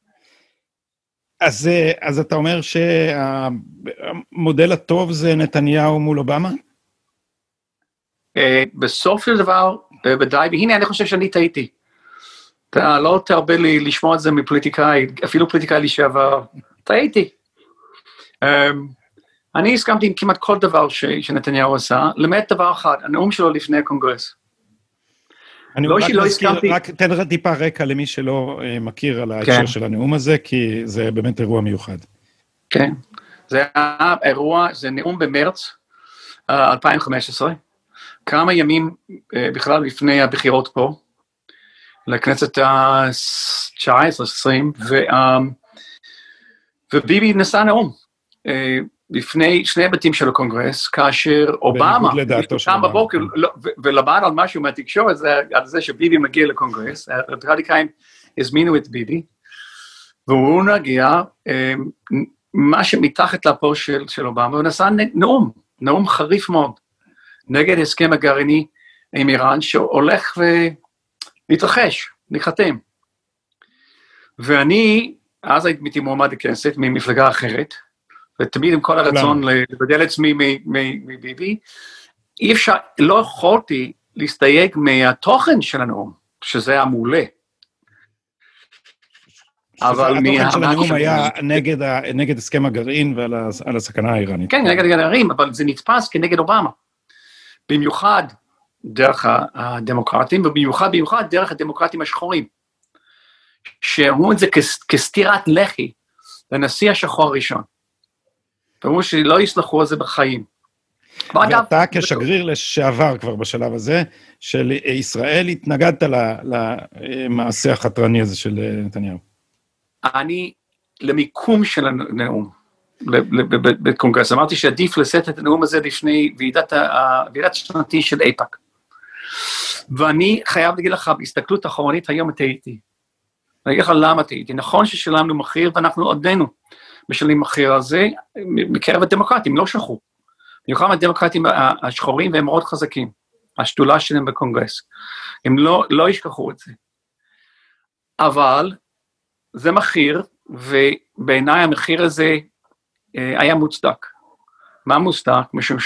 S1: אז אתה אומר שהמודל הטוב זה נתניהו מול אובמה?
S2: בסוף של דבר, בוודאי, והנה אני חושב שאני טעיתי. אתה לא תרבה לי לשמוע את זה מפוליטיקאי, אפילו פוליטיקאי לשעבר, טעיתי. אני הסכמתי עם כמעט כל דבר שנתניהו עשה, למעט דבר אחד, הנאום שלו לפני הקונגרס.
S1: אני רק תן טיפה רקע למי שלא מכיר על ההקשר של הנאום הזה, כי זה באמת אירוע מיוחד.
S2: כן, זה אירוע, זה נאום במרץ 2015, כמה ימים בכלל לפני הבחירות פה, לכנסת ה-19-20, וביבי נשא נאום, לפני שני בתים של הקונגרס, כאשר אובמה, קם בבוקר, ולמד על משהו מהתקשורת, על זה שביבי מגיע לקונגרס, הרדיקאים הזמינו את ביבי, והוא נגיע, מה שמתחת לפה של אובמה, הוא נשא נאום חריף מאוד, נגד הסכם הגרעיני עם איראן, שהולך להתרחש, נחתם. ואני, אז הייתי מועמד לכנסת ממפלגה אחרת, ותמיד עם כל הרצון לבדל עצמי מביבי, אי אפשר, לא יכולתי להסתייג מהתוכן של הנאום, שזה היה מעולה.
S1: אבל התוכן של הנאום היה נגד הסכם הגרעין ועל הסכנה האיראנית.
S2: כן, נגד הגרעין, אבל זה נתפס כנגד אובמה. במיוחד דרך הדמוקרטים, ובמיוחד דרך הדמוקרטים השחורים, שאומרים את זה כסתירת לחי לנשיא השחור הראשון. ואומרו שלא יסלחו על זה בחיים.
S1: ואתה כשגריר לשעבר כבר בשלב הזה, של ישראל התנגדת למעשה החתרני הזה של נתניהו.
S2: אני, למיקום של הנאום, בקונגרס, אמרתי שעדיף לשאת את הנאום הזה לפני ועידת שנתי של איפא"ק. ואני חייב להגיד לך, בהסתכלות האחרונית, היום טעיתי. אני אגיד לך למה טעיתי. נכון ששילמנו מחיר, ואנחנו עודנו משלמים מחיר על זה, מקרב הדמוקרטים, לא שכחו. במיוחד הדמוקרטים השחורים, והם מאוד חזקים. השדולה שלהם בקונגרס. הם לא ישכחו את זה. אבל זה מחיר, ובעיניי המחיר הזה היה מוצדק. מה מוצדק? משום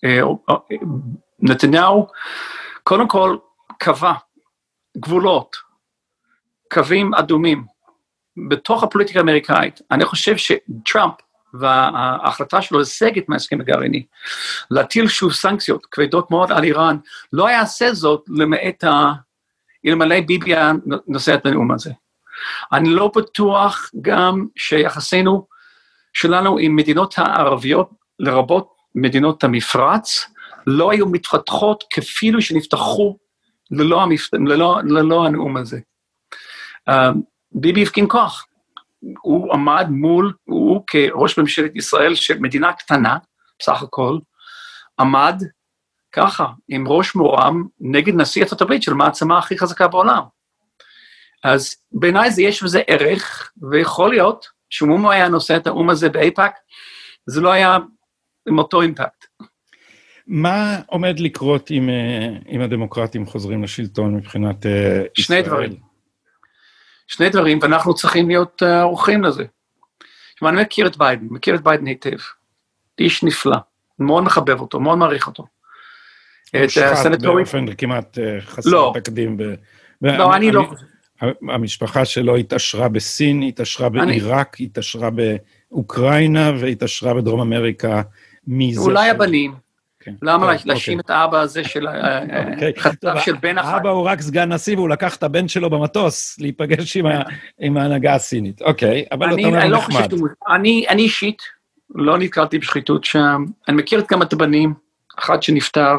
S2: שנתניהו, קודם כל, קבע גבולות, קווים אדומים, בתוך הפוליטיקה האמריקאית. אני חושב שטראמפ וההחלטה שלו לסגת מההסכם הגרעיני, להטיל שוב סנקציות כבדות מאוד על איראן, לא יעשה זאת למעט אלמלא ביבי נושא את הנאום הזה. אני לא בטוח גם שיחסינו שלנו עם מדינות הערביות, לרבות מדינות המפרץ, לא היו מתפתחות כפילו שנפתחו ללא הנאום הזה. ביבי הפגין כוח. הוא עמד הוא כראש ממשלת ישראל, שמדינה קטנה, בסך הכל, עמד ככה, עם ראש מורם נגד נשיא ארצות הברית של המעצמה הכי חזקה בעולם. אז בעיניי יש בזה ערך, ויכול להיות שאם הוא היה נושא את האום הזה באיפא"ק, זה לא היה עם אותו אימפקט.
S1: מה עומד לקרות אם הדמוקרטים חוזרים לשלטון מבחינת ישראל?
S2: שני דברים, ואנחנו צריכים להיות ערוכים לזה. אני מכיר את ביידן היטב. איש נפלא, מאוד מחבב אותו, מאוד מעריך אותו.
S1: שחט באופן כמעט חסר תקדים.
S2: לא, אני לא חושב.
S1: המשפחה שלו התעשרה בסין, התעשרה בעיראק, התעשרה באוקראינה, והתעשרה בדרום אמריקה.
S2: אולי הבנים. למה להאשים את האבא הזה של חטף של בן אחד?
S1: האבא הוא רק סגן נשיא, והוא לקח את הבן שלו במטוס, להיפגש עם ההנהגה הסינית. אוקיי, אבל אתה אומר נחמד.
S2: אני אישית לא נתקלתי בשחיתות שם, אני מכיר גם את הבנים, אחד שנפטר,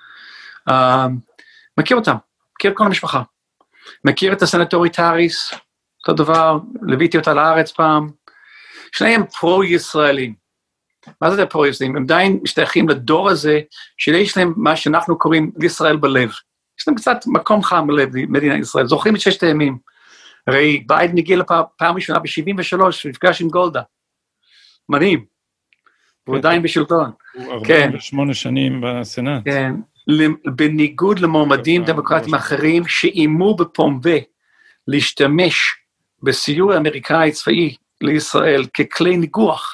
S2: מכיר אותם, מכיר את כל המשפחה, מכיר את הסנטורית האריס, אותו דבר, לוויתי אותה לארץ פעם, שניהם פרו-ישראלים. מה זה פרו-ישראלים? הם עדיין משתייכים לדור הזה, שיש להם מה שאנחנו קוראים לישראל בלב. יש להם קצת מקום חם בלב מדינת ישראל, זוכרים את 6 הימים. הרי ביידן הגיע לפעם ראשונה ב-73, ונפגש עם גולדה. מדהים. הוא עדיין בשלטון.
S1: הוא 48 שנים בסנאט.
S2: כן. בניגוד למועמדים דמוקרטיים אחרים, שאימו בפומבי להשתמש בסיור האמריקאי צבאי לישראל ככלי ניגוח,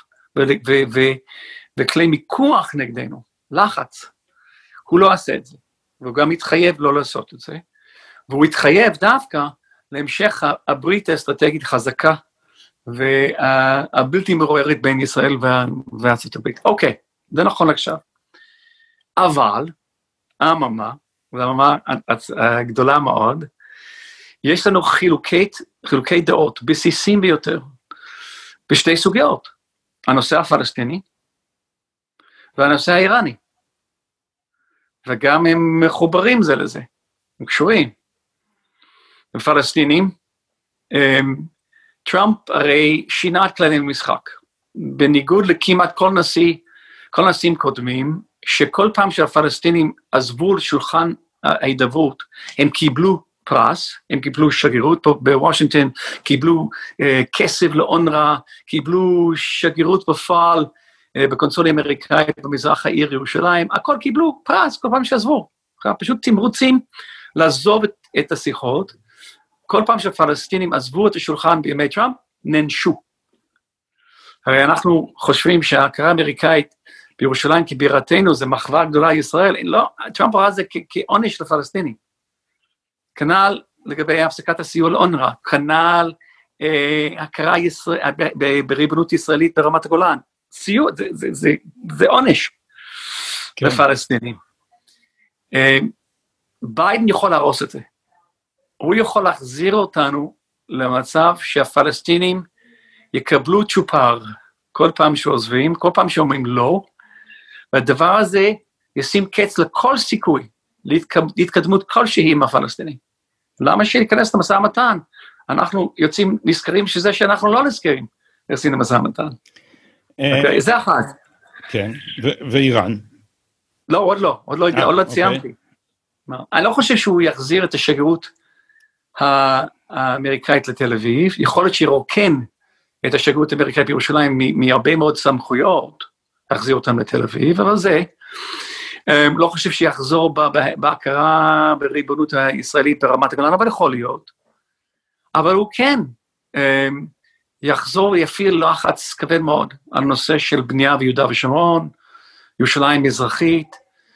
S2: וכלי מיקוח נגדנו, לחץ. הוא לא עשה את זה, והוא גם התחייב לא לעשות את זה, והוא התחייב דווקא להמשך הברית האסטרטגית חזקה, והבלתי מעורערת בין ישראל וארצות הברית. אוקיי, זה נכון עכשיו. אבל, והממה הגדולה מאוד, יש לנו חילוקי דעות, בסיסים ביותר, בשתי סוגיות. הנושא הפלסטיני, והנושא האיראני. וגם הם מחוברים זה לזה, הם קשורים. הפלסטינים, טראמפ הרי שינה את כללי המשחק, בניגוד לכמעט כל נשיאים קודמים, שכל פעם שהפלסטינים עזבו לשולחן ההידברות, הם קיבלו פרס, הם קיבלו שגרירות פה בוושינגטון, קיבלו כסף לאונר"א, קיבלו שגרירות בפועל בקונסוליה האמריקאית במזרח העיר ירושלים, הכל קיבלו פרס כל פעם שעזבו, פשוט תמרוצים לעזוב את השיחות, כל פעם שהפלסטינים עזבו את השולחן בימי טראמפ, ננשו. הרי אנחנו חושבים שההכרה האמריקאית בירושלים כבירתנו זה מחווה גדולה לישראל, לא, טראמפ ראה זה כעונש לפלסטינים. כנ"ל לגבי הפסקת הסיוע לאונר"א, כנ"ל הכרה בריבונות ישראלית ברמת הגולן, סיוע, זה עונש לפלסטינים. ביידן יכול להרוס את זה, הוא יכול להחזיר אותנו למצב שהפלסטינים יקבלו צ'ופר כל פעם שעוזבים, כל פעם שאומרים לא, והדבר הזה ישים קץ לכל סיכוי להתקדמות כלשהי עם הפלסטינים. למה שניכנס למשא המתן? אנחנו יוצאים נזכרים שזה שאנחנו לא נזכרים לשים למשא המתן. זה אחד.
S1: כן, ואיראן?
S2: לא, עוד לא סיימתי. אני לא חושב שהוא יחזיר את השגרירות האמריקאית לתל אביב, יכול להיות שירוקן את השגרירות האמריקאית בירושלים מהרבה מאוד סמכויות, להחזיר אותם לתל אביב, אבל זה, לא חושב שיחזור בהכרה בריבונות הישראלית ברמת הגולן, אבל יכול להיות, אבל הוא כן יחזור, יפעיל לחץ כבד מאוד, על נושא של בנייה ביהודה ושומרון, ירושלים מזרחית,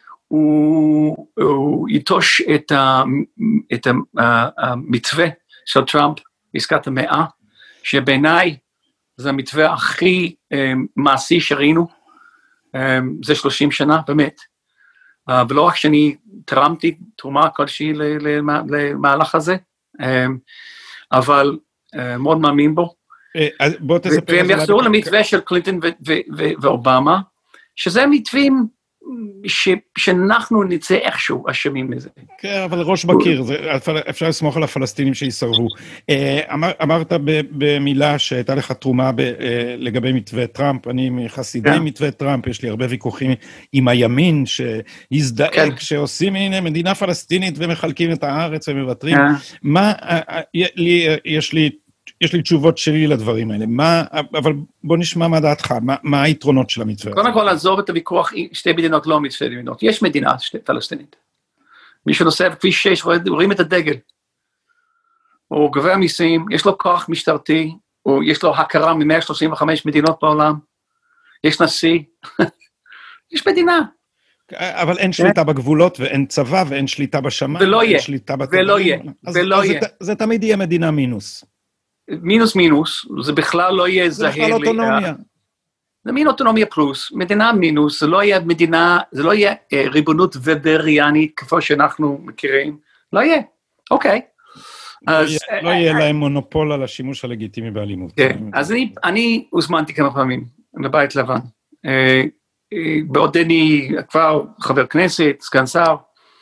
S2: הוא יטוש את המתווה של טראמפ, עסקת המאה, שבעיניי זה המתווה הכי מעשי שראינו, זה 30 שנה, באמת. ולא רק שאני תרמתי תרומה כלשהי למהלך הזה, אבל מאוד מאמין בו. והם יחזרו למתווה של קלינטון ואובמה, שזה מתווים שאנחנו נצא איכשהו אשמים מזה.
S1: כן, אבל ראש בקיר, אפשר לסמוך על הפלסטינים שיסרבו. אמרת במילה שהייתה לך תרומה לגבי מתווה טראמפ, אני מחסידי מתווה טראמפ, יש לי הרבה ויכוחים עם הימין, שהזדעק, שעושים הנה מדינה פלסטינית ומחלקים את הארץ ומוותרים. יש לי תשובות שלי לדברים האלה. אבל בוא נשמע מה דעתך, מה היתרונות של המתווה?
S2: קודם כל, לעזוב את הוויכוח, שתי מדינות לא שתי מדינות. יש מדינה פלסטינית. מי שנוסע בכביש 6, רואים את הדגל. הוא גובה מיסים, יש לו כוח משטרתי, יש לו הכרה מ-135 מדינות בעולם, יש נשיא, יש מדינה.
S1: אבל אין שליטה בגבולות, ואין צבא, ואין שליטה בשמיים.
S2: ולא יהיה, ולא יהיה.
S1: זה תמיד יהיה מדינה מינוס.
S2: מינוס, זה בכלל לא יהיה זהה.
S1: זה בכלל אוטונומיה.
S2: זה מין אוטונומיה פלוס, מדינה מינוס, זה לא יהיה מדינה, זה לא יהיה ריבונות ובריאנית, כפי שאנחנו מכירים, לא יהיה, אוקיי.
S1: לא יהיה להם מונופול על השימוש הלגיטימי באלימות.
S2: אז אני הוזמנתי כמה פעמים לבית לבן, בעודני כבר חבר כנסת, סגן שר,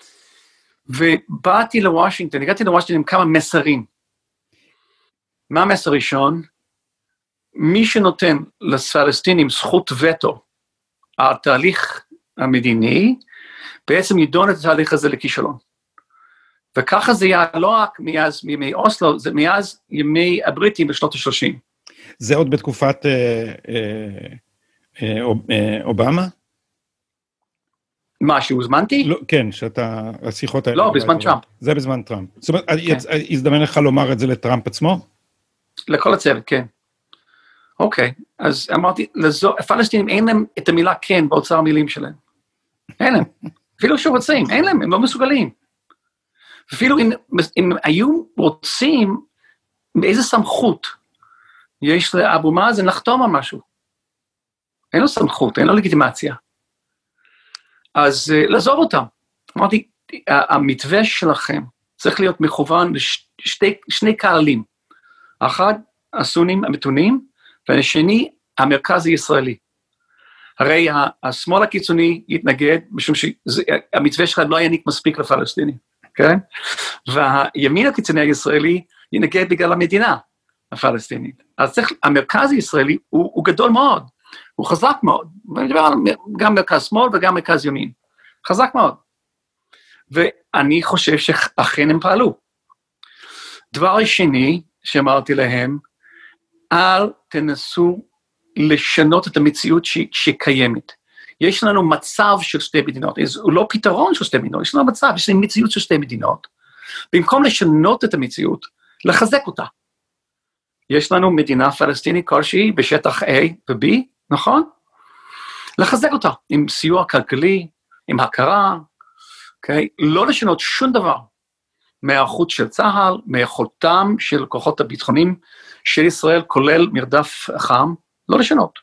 S2: ובאתי לוושינגטון, הגעתי לוושינגטון עם כמה מסרים. מה המסר ראשון? מי שנותן לפלסטינים זכות וטו על תהליך המדיני, בעצם ידון את התהליך הזה לכישלון. וככה זה היה לא רק מאז ימי אוסלו, זה מאז ימי הבריטים בשנות ה-30.
S1: זה עוד בתקופת אובמה?
S2: מה, שהוזמנתי?
S1: לא, כן, שאתה, השיחות האלה.
S2: לא, בזמן טראמפ.
S1: זה בזמן טראמפ. זאת אומרת, הזדמן לך לומר את זה לטראמפ עצמו?
S2: לכל הצוות, כן. אוקיי, אז אמרתי, הפלסטינים אין להם את המילה כן באוצר המילים שלהם. אין להם. אפילו שרוצים, אין להם, הם לא מסוגלים. אפילו אם היו רוצים, באיזה סמכות יש לאבו מאזן לחתום על משהו. אין לו סמכות, אין לו לגיטימציה. אז לעזוב אותם. אמרתי, המתווה שלכם צריך להיות מכוון לשני קהלים. אחד, הסונים המתונים, והשני, המרכז הישראלי. הרי השמאל הקיצוני יתנגד, משום שהמתווה שלך לא יעניק מספיק לפלסטינים, כן? והימין הקיצוני הישראלי יתנגד בגלל המדינה הפלסטינית. אז צריך, המרכז הישראלי הוא גדול מאוד, הוא חזק מאוד, ואני מדבר על גם מרכז שמאל וגם מרכז ימין, חזק מאוד. ואני חושב שאכן הם פעלו. דבר השני שאמרתי להם, אל תנסו לשנות את המציאות שקיימת. יש לנו מצב של שתי מדינות, הוא לא פתרון של שתי מדינות, יש לנו מצב, יש לנו מציאות של שתי מדינות. במקום לשנות את המציאות, לחזק אותה. יש לנו מדינה פלסטינית כלשהי בשטח A ו-B, נכון? לחזק אותה, עם סיוע כלכלי, עם הכרה, okay? לא לשנות שום דבר. מהאיכות של צה"ל, מיכולתם של כוחות הביטחוניים של ישראל, כולל מרדף חם, לא לשנות.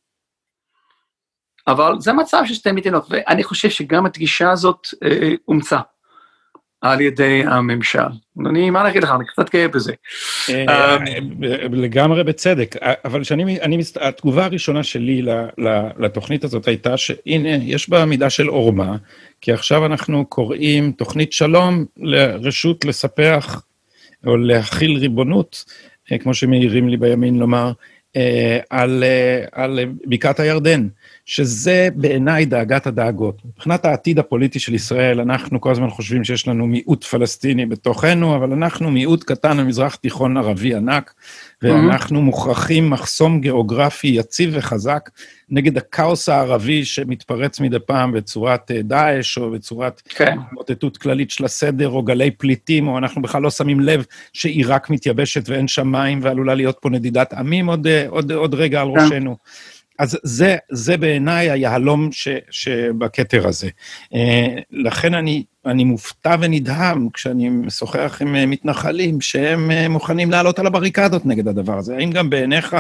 S2: אבל זה מצב של שתי מדינות, ואני חושב שגם הגישה הזאת אומצה על ידי הממשל. מה להגיד לך, אני קצת גאה בזה.
S1: לגמרי בצדק, אבל התגובה הראשונה שלי לתוכנית הזאת הייתה שהנה, יש בה מידה של עורמה, כי עכשיו אנחנו קוראים תוכנית שלום לרשות לספח, או להכיל ריבונות, כמו שמעירים לי בימין לומר, על בקעת הירדן, שזה בעיניי דאגת הדאגות. מבחינת העתיד הפוליטי של ישראל, אנחנו כל הזמן חושבים שיש לנו מיעוט פלסטיני בתוכנו, אבל אנחנו מיעוט קטן במזרח תיכון ערבי ענק, ואנחנו מוכרחים מחסום גיאוגרפי יציב וחזק, נגד הכאוס הערבי שמתפרץ מדי פעם בצורת דאעש, או בצורת מוטטות כללית של הסדר, או גלי פליטים, או אנחנו בכלל לא שמים לב שעיראק מתייבשת ואין שמיים, ועלולה להיות פה נדידת עמים עוד רגע על ראשנו. אז זה בעיניי היהלום שבכתר הזה. לכן אני מופתע ונדהם כשאני משוחח עם מתנחלים שהם מוכנים לעלות על הבריקדות נגד הדבר הזה. האם גם בעיניך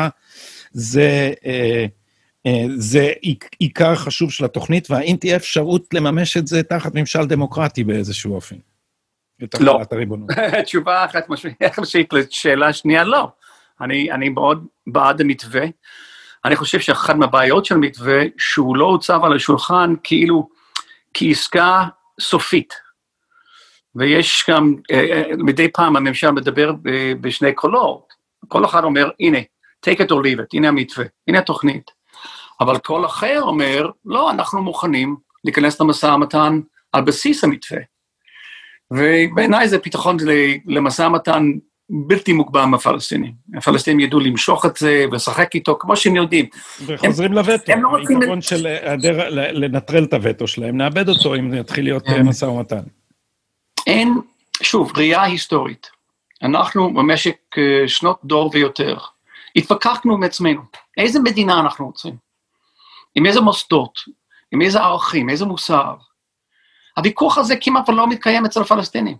S1: זה עיקר חשוב של התוכנית, והאם תהיה אפשרות לממש את זה תחת ממשל דמוקרטי באיזשהו אופן?
S2: לא. תשובה אחת משמעית לשאלה שנייה, לא. אני מאוד בעד המתווה. אני חושב שאחת מהבעיות של המתווה, שהוא לא הוצב על השולחן כאילו כעסקה סופית. ויש גם, מדי פעם הממשל מדבר בשני קולות, כל אחד אומר, הנה, take it or leave it, הנה המתווה, הנה התוכנית. אבל כל אחר אומר, לא, אנחנו מוכנים להיכנס למשא ומתן על בסיס המתווה. ובעיניי זה פתרון למשא ומתן בלתי מוגבל מהפלסטינים. הפלסטינים ידעו למשוך את זה ולשחק איתו, כמו שהם יודעים.
S1: וחוזרים לווטו, היתרון של לנטרל את הווטו שלהם, נאבד אותו אם יתחיל להיות משא ומתן.
S2: אין, שוב, ראייה היסטורית. אנחנו במשך שנות דור ויותר, התווכחנו מעצמנו, איזה מדינה אנחנו רוצים? עם איזה מוסדות, עם איזה ערכים, איזה מוסר. הוויכוח הזה כמעט לא מתקיים אצל הפלסטינים.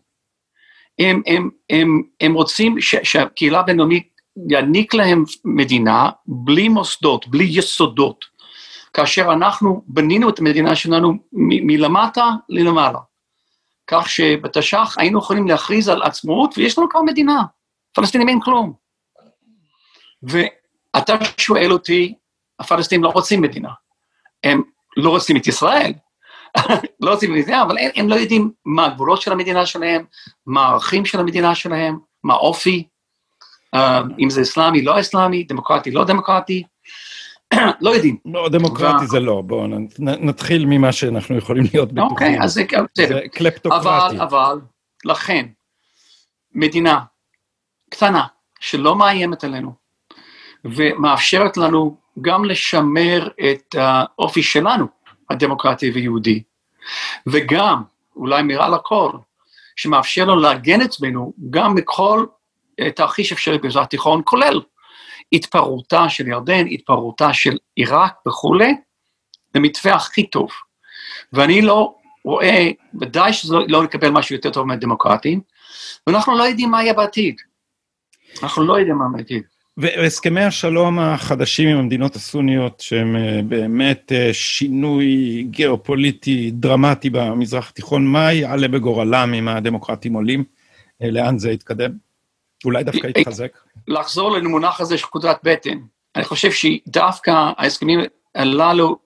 S2: הם רוצים שהקהילה הבינלאומית יעניק להם מדינה בלי מוסדות, בלי יסודות, כאשר אנחנו בנינו את המדינה שלנו מלמטה ללמעלה. כך שבתש"ח היינו יכולים להכריז על עצמאות, ויש לנו כבר מדינה. פלסטינים אין כלום. ואתה שואל אותי, הפלסטינים לא רוצים מדינה. הם לא רוצים את ישראל, לא רוצים מדינה, אבל הם לא יודעים מה הגבולות של המדינה שלהם, מה הערכים של המדינה שלהם, מה אופי, אם זה אסלאמי, לא אסלאמי, דמוקרטי, לא דמוקרטי, לא יודעים.
S1: לא, דמוקרטי זה לא, בואו נתחיל ממה שאנחנו יכולים להיות בטוחים.
S2: אוקיי, אז זה
S1: קלפטוקרטי.
S2: אבל, לכן, מדינה קטנה, שלא מאיימת עלינו, ומאפשרת לנו גם לשמר את האופי שלנו, הדמוקרטי ויהודי, וגם, אולי מעל הכל, שמאפשר לנו להגן עצמנו, גם מכל תרחיש אפשרי במזרח התיכון, כולל התפרעותה של ירדן, התפרעותה של עיראק וכו', למתווה הכי טוב. ואני לא רואה, ודאי שלא נקבל משהו יותר טוב מהדמוקרטים, ואנחנו לא יודעים מה יהיה בעתיד. אנחנו לא יודעים מה בעתיד.
S1: והסכמי השלום החדשים עם המדינות הסוניות, שהם באמת שינוי גיאופוליטי דרמטי במזרח התיכון, מה יעלה בגורלם אם הדמוקרטים עולים? לאן זה יתקדם? אולי דווקא יתחזק? לחזור
S2: למונח הזה של קודרת בטן. אני חושב שדווקא ההסכמים הללו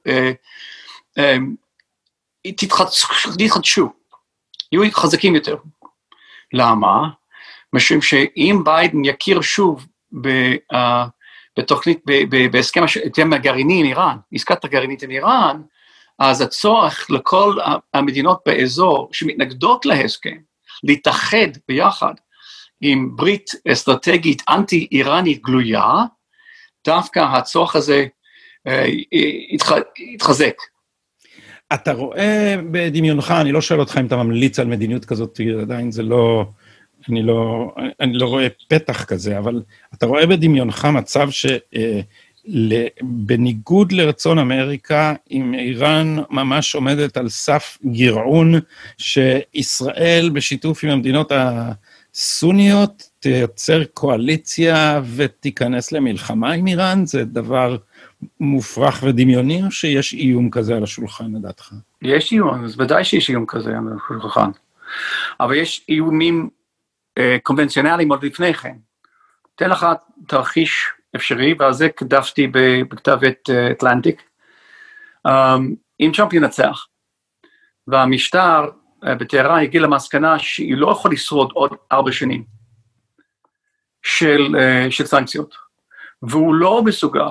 S2: תתחדשו, יהיו חזקים יותר. למה? משום שאם ביידן יכיר שוב בתוכנית, בהסכם הגרעיני עם איראן, עסקת הגרעינית עם איראן, אז הצורך לכל המדינות באזור שמתנגדות להסכם, להתאחד ביחד עם ברית אסטרטגית אנטי-איראנית גלויה, דווקא הצורך הזה יתחזק.
S1: אתה רואה בדמיונך, אני לא שואל אותך אם אתה ממליץ על מדיניות כזאת, עדיין זה לא... אני לא רואה פתח כזה, אבל אתה רואה בדמיונך מצב שבניגוד לרצון אמריקה, אם איראן ממש עומדת על סף גרעון, שישראל בשיתוף עם המדינות הסוניות תייצר קואליציה ותיכנס למלחמה עם איראן, זה דבר מופרך ודמיוני, או שיש איום כזה על השולחן, לדעתך?
S2: יש איום, אז ודאי שיש איום כזה על השולחן. אבל יש איומים קונבנציונליים עוד לפני כן. תן לך תרחיש אפשרי, ועל זה כתבתי בכתב עת אטלנטיק. אם טראמפ ינצח, והמשטר בטהרן הגיע למסקנה שהיא לא יכול לשרוד עוד 4 שנים של סנקציות, והוא לא מסוגל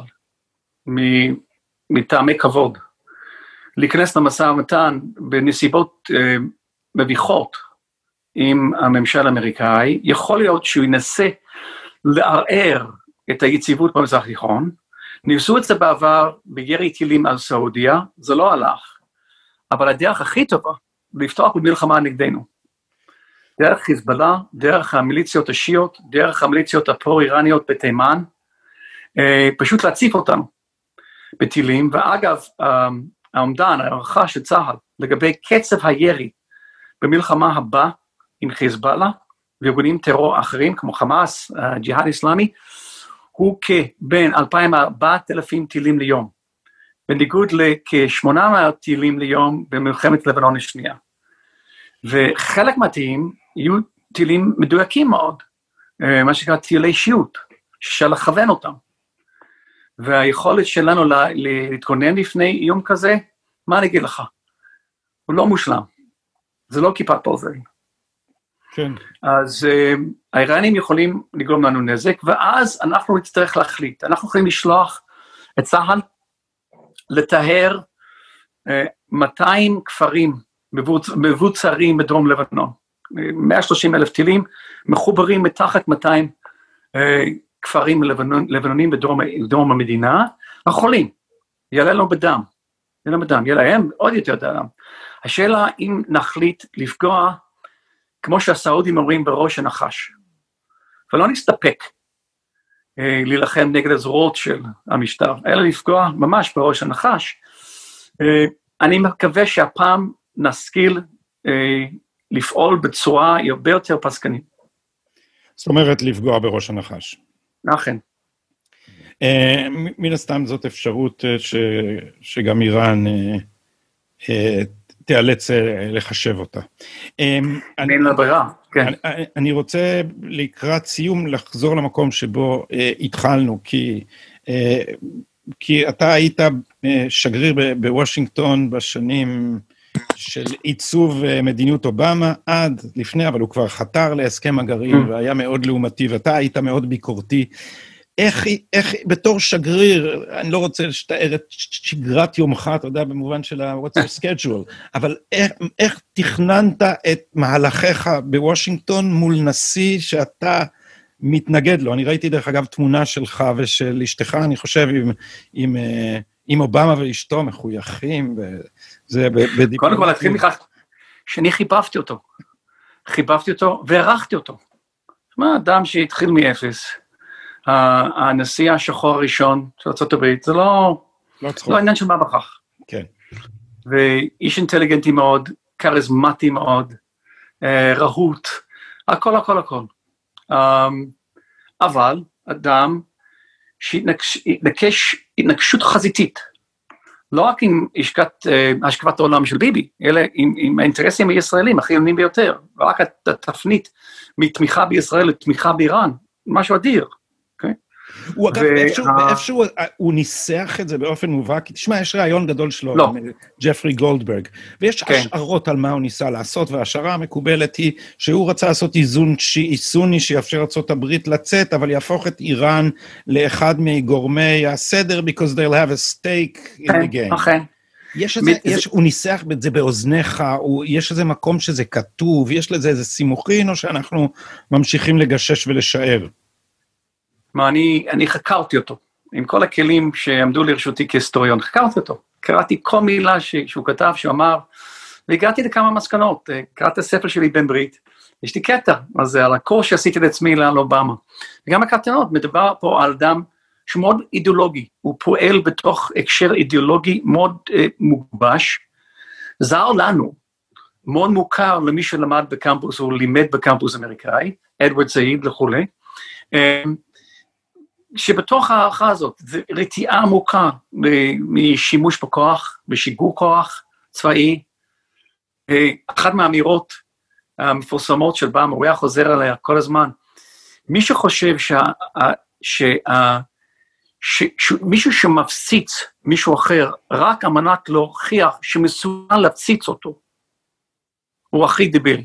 S2: מטעמי כבוד להיכנס למשא ומתן בנסיבות מביכות, עם הממשל האמריקאי, יכול להיות שהוא ינסה לערער את היציבות במזרח התיכון, ניסו את זה בעבר בירי טילים על סעודיה, זה לא הלך, אבל הדרך הכי טובה, לפתוח במלחמה נגדנו, דרך חיזבאללה, דרך המיליציות השיעיות, דרך המיליציות הפרו-איראניות בתימן, פשוט להציף אותנו בטילים, ואגב, העומדן, הערכה של צה"ל, לגבי קצב הירי במלחמה הבאה, עם חיזבאללה, וארגונים טרור אחרים, כמו חמאס, ג'יהאד איסלאמי, הוא כבין 2,000-4,000 טילים ליום, בניגוד לכ-800 טילים ליום במלחמת לבנון השנייה. וחלק מהטילים יהיו טילים מדויקים מאוד, מה שנקרא טילי שיעוט, שאפשר לכוון אותם. והיכולת שלנו להתכונן לפני איום כזה, מה אני אגיד לך? הוא לא מושלם, זה לא כיפת ברזל.
S1: כן.
S2: אז האיראנים יכולים לגרום לנו נזק, ואז אנחנו נצטרך להחליט. אנחנו יכולים לשלוח את צה"ל לטהר 200 כפרים מבוצרים בדרום לבנון. 130,000 טילים מחוברים מתחת 200 כפרים לבנונים בדרום המדינה, החולים, יעלה לנו בדם, יעלה להם עוד יותר דם. השאלה אם נחליט לפגוע, כמו שהסעודים אומרים, בראש הנחש, ולא נסתפק להילחם נגד הזרועות של המשטר, אלא לפגוע ממש בראש הנחש. אני מקווה שהפעם נשכיל לפעול בצורה הרבה יותר פסקנית.
S1: זאת אומרת, לפגוע בראש הנחש.
S2: נכון.
S1: מן הסתם זאת אפשרות שגם איראן תיאלץ לחשב אותה.
S2: אין לה ברירה, כן.
S1: אני רוצה לקראת סיום לחזור למקום שבו התחלנו, כי אתה היית שגריר בוושינגטון בשנים של עיצוב מדיניות אובמה עד לפני, אבל הוא כבר חתר להסכם הגרעין והיה מאוד לעומתי, ואתה היית מאוד ביקורתי. איך בתור שגריר, אני לא רוצה לתאר את שגרת יומך, אתה יודע, במובן של what's your schedule, אבל איך תכננת את מהלכיך בוושינגטון מול נשיא שאתה מתנגד לו? אני ראיתי דרך אגב תמונה שלך ושל אשתך, אני חושב, עם אובמה ואשתו מחויכים, וזה בדיוק.
S2: קודם כל להתחיל מכך שאני חיבבתי אותו והערכתי אותו. מה, אדם שהתחיל מאפס, הנשיא השחור הראשון של ארצות הברית, זה לא עניין של מה בכך.
S1: כן.
S2: ואיש אינטליגנטי מאוד, כריזמטי מאוד, רהוט, הכל. אבל אדם שהתנקש התנקשות חזיתית, לא רק עם השקפת העולם של ביבי, אלא עם האינטרסים הישראלים החיוניים ביותר, ורק התפנית מתמיכה בישראל לתמיכה באיראן, משהו אדיר.
S1: הוא אגב, איפשהו הוא ניסח את זה באופן מובהק, כי תשמע, יש רעיון גדול שלו, ג'פרי גולדברג, ויש השערות על מה הוא ניסה לעשות, וההשערה המקובלת היא שהוא רצה לעשות איזון סוני שיאפשר ארצות הברית לצאת, אבל יהפוך את איראן לאחד מגורמי הסדר, because they'll have a stake in the game.
S2: אכן.
S1: הוא ניסח את זה באוזניך, יש איזה מקום שזה כתוב, יש לזה איזה סימוכין, או שאנחנו ממשיכים לגשש ולשער?
S2: אני חקרתי אותו, עם כל הכלים שעמדו לרשותי כהיסטוריון, חקרתי אותו, קראתי כל מילה שהוא כתב, שהוא אמר, והגעתי לכמה מסקנות, קראתי הספר שלי בן ברית, יש לי קטע, אז על הקורס שעשיתי לעצמי על אובמה, וגם הקטנות, מדובר פה על אדם שהוא מאוד אידיאולוגי, הוא פועל בתוך הקשר אידיאולוגי מאוד מוגבש, זר לנו, מאוד מוכר למי שלמד בקמפוס, או לימד בקמפוס אמריקאי, אדוארד סעיד וכולי, שבתוך הערכה הזאת, זה רתיעה עמוקה משימוש בכוח, בשיגור כוח צבאי, אחת מהאמירות המפורסמות של אובמה, הוא היה חוזר עליה כל הזמן, מי שחושב מישהו שמפציץ מישהו אחר, רק על מנת להוכיח שמסוגל להפציץ אותו, הוא הכי דבילי.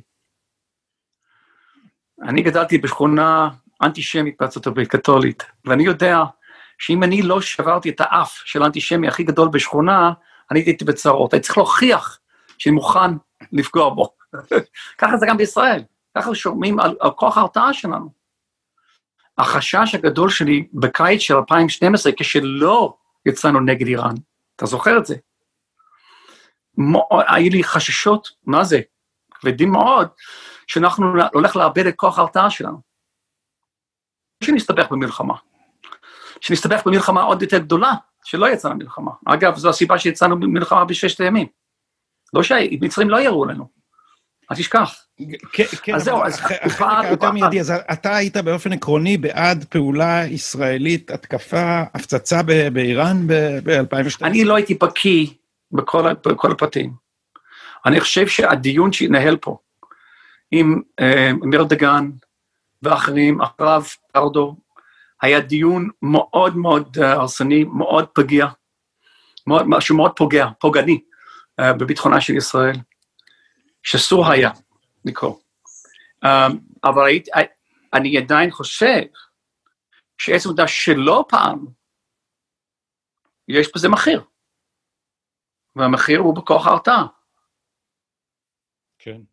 S2: אני גדלתי בשכונה אנטישמית בארצות הברית, קתולית, ואני יודע שאם אני לא שברתי את האף של האנטישמי הכי גדול בשכונה, אני הייתי בצרות, הייתי צריך להוכיח שאני מוכן לפגוע בו. ככה זה גם בישראל, ככה שומעים על כוח ההרתעה שלנו. החשש הגדול שלי בקיץ של 2012, כשלא יצאנו נגד איראן, אתה זוכר את זה? היו לי חששות, מה זה? כבדים מאוד, שאנחנו הולך לאבד את כוח ההרתעה שלנו. שנסתבך במלחמה עוד יותר גדולה, שלא יצאנו מלחמה. אגב, זו הסיבה שיצאנו במלחמה בששת הימים. לא שהמצרים לא יראו לנו. אז תשכח.
S1: כן, אז זהו, אז יותר מיידי, אז אתה היית באופן עקרוני בעד פעולה ישראלית, התקפה, הפצצה באיראן ב-2012?
S2: אני לא הייתי בקיא בכל הפרטים. אני חושב שהדיון שהתנהל פה, עם אמיר דגן ואחרים, אחריו פרדו, היה דיון מאוד מאוד הרסני, מאוד פגיע, משהו מאוד פוגעני בביטחונה של ישראל, שאסור היה לקרוא. אבל אני עדיין חושב שעצם עובדה שלא פעם, יש בזה מחיר, והמחיר הוא בכוח ההרתעה.
S1: כן.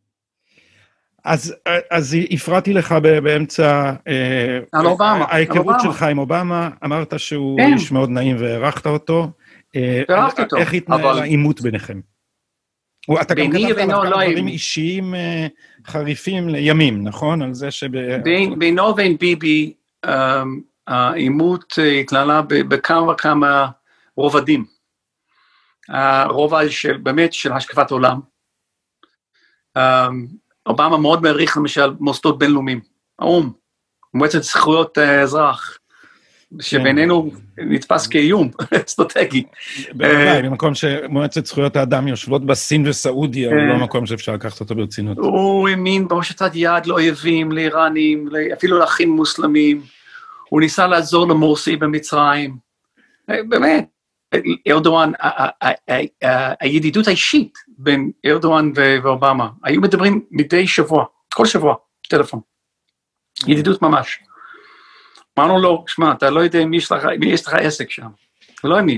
S1: אז הפרעתי לך באמצע ההיכרות שלך עם אובמה, אמרת שהוא איש מאוד נעים והערכת אותו.
S2: הערכתי אותו.
S1: איך התנהל העימות ביניכם? אתה גם כתבת עליו כמה דברים אישיים חריפים לימים, נכון? על זה
S2: בינו ובין ביבי, העימות התנהלה בכמה וכמה רובדים. הרובד באמת של השקפת עולם. אובמה מאוד מעריך למשל מוסדות בינלאומיים, האו"ם, מועצת זכויות האזרח, שבינינו נתפס כאיום אסטרטגי.
S1: בוודאי, במקום שמועצת זכויות האדם יושבות בסין וסעודיה, הוא לא מקום שאפשר לקחת אותו ברצינות.
S2: הוא האמין בהושטת יד לאויבים, לאיראנים, אפילו לאחים מוסלמים, הוא ניסה לעזור למורסי במצרים, באמת, ארדואן, הידידות האישית בין ארדואן ואובמה, היו מדברים מדי שבוע, כל שבוע, טלפון, ידידות ממש. אמרנו לו, שמע, אתה לא יודע מי יש לך עסק שם, הוא לא האמין.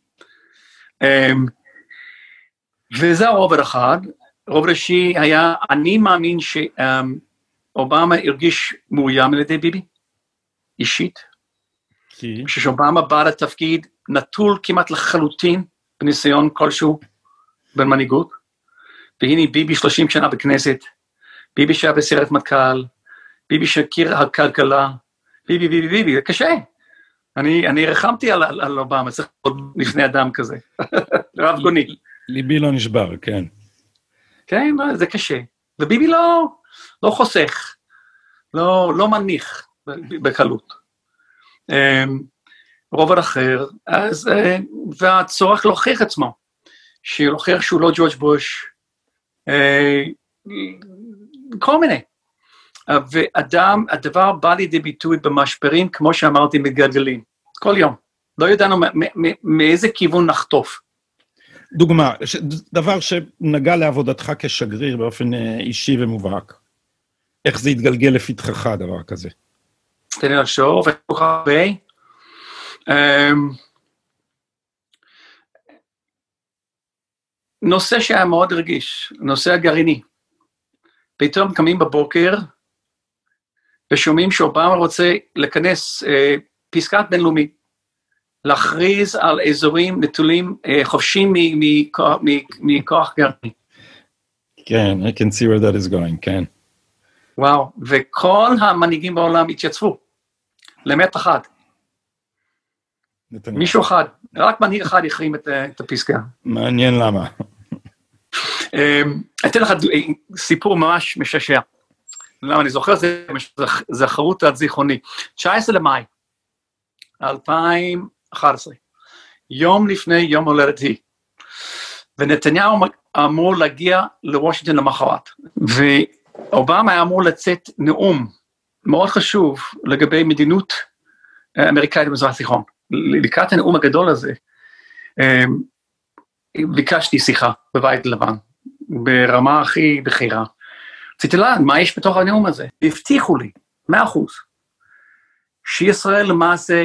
S2: וזה הרובד אחד, רובד השני היה, אני מאמין שאובמה הרגיש מאוים על ידי ביבי, אישית, כשאובמה בא לתפקיד, נטול כמעט לחלוטין בניסיון כלשהו בין מנהיגות, והנה ביבי 30 שנה בכנסת, ביבי שהיה בסיירת מטכ"ל, ביבי שהכיר הכלכלה, ביבי, זה קשה. אני רחמתי על אובמה, צריך עוד לפני אדם כזה, רב גוני.
S1: ליבי לא נשבר, כן.
S2: כן, זה קשה. וביבי לא חוסך, לא מניח בקלות. רובד אחר, והצורך להוכיח עצמו, שלהוכיח שהוא לא ג'ורג' בוש, כל מיני. הדבר בא לידי ביטוי במשברים, כמו שאמרתי, מגלגלים, כל יום. לא ידענו מאיזה כיוון נחטוף.
S1: דוגמה, דבר שנגע לעבודתך כשגריר באופן אישי ומובהק. איך זה יתגלגל לפתחך, דבר כזה?
S2: תן לי לחשוב, הרבה. נושא שהיה מאוד רגיש, נושא הגרעיני. פתאום קמים בבוקר, ושומעים שאובמה רוצה לכנס פסקת בינלאומי, להכריז על אזורים נטולים חופשים מכוח גרעיני.
S1: כן, I can see where that is going, כן.
S2: וואו, וכל המנהיגים בעולם התייצבו, לאמת אחד. מישהו אחד, רק מנהיג אחד יחרים את הפסקה.
S1: מעניין למה.
S2: אתן לך סיפור ממש מששע. למה אני זוכר, זה חרוט עד זיכרוני. 19 למאי 2011, יום לפני יום הולדתי, ונתניהו אמור להגיע לוושינגטון למחרת, ואובמה היה אמור לצאת נאום מאוד חשוב לגבי מדיניות אמריקאית במזרח התיכון. לקראת הנאום הגדול הזה, ביקשתי שיחה בבית לבן, ברמה הכי בכירה. רציתי לדעת, מה יש בתוך הנאום הזה? והבטיחו לי, 100%, שישראל למעשה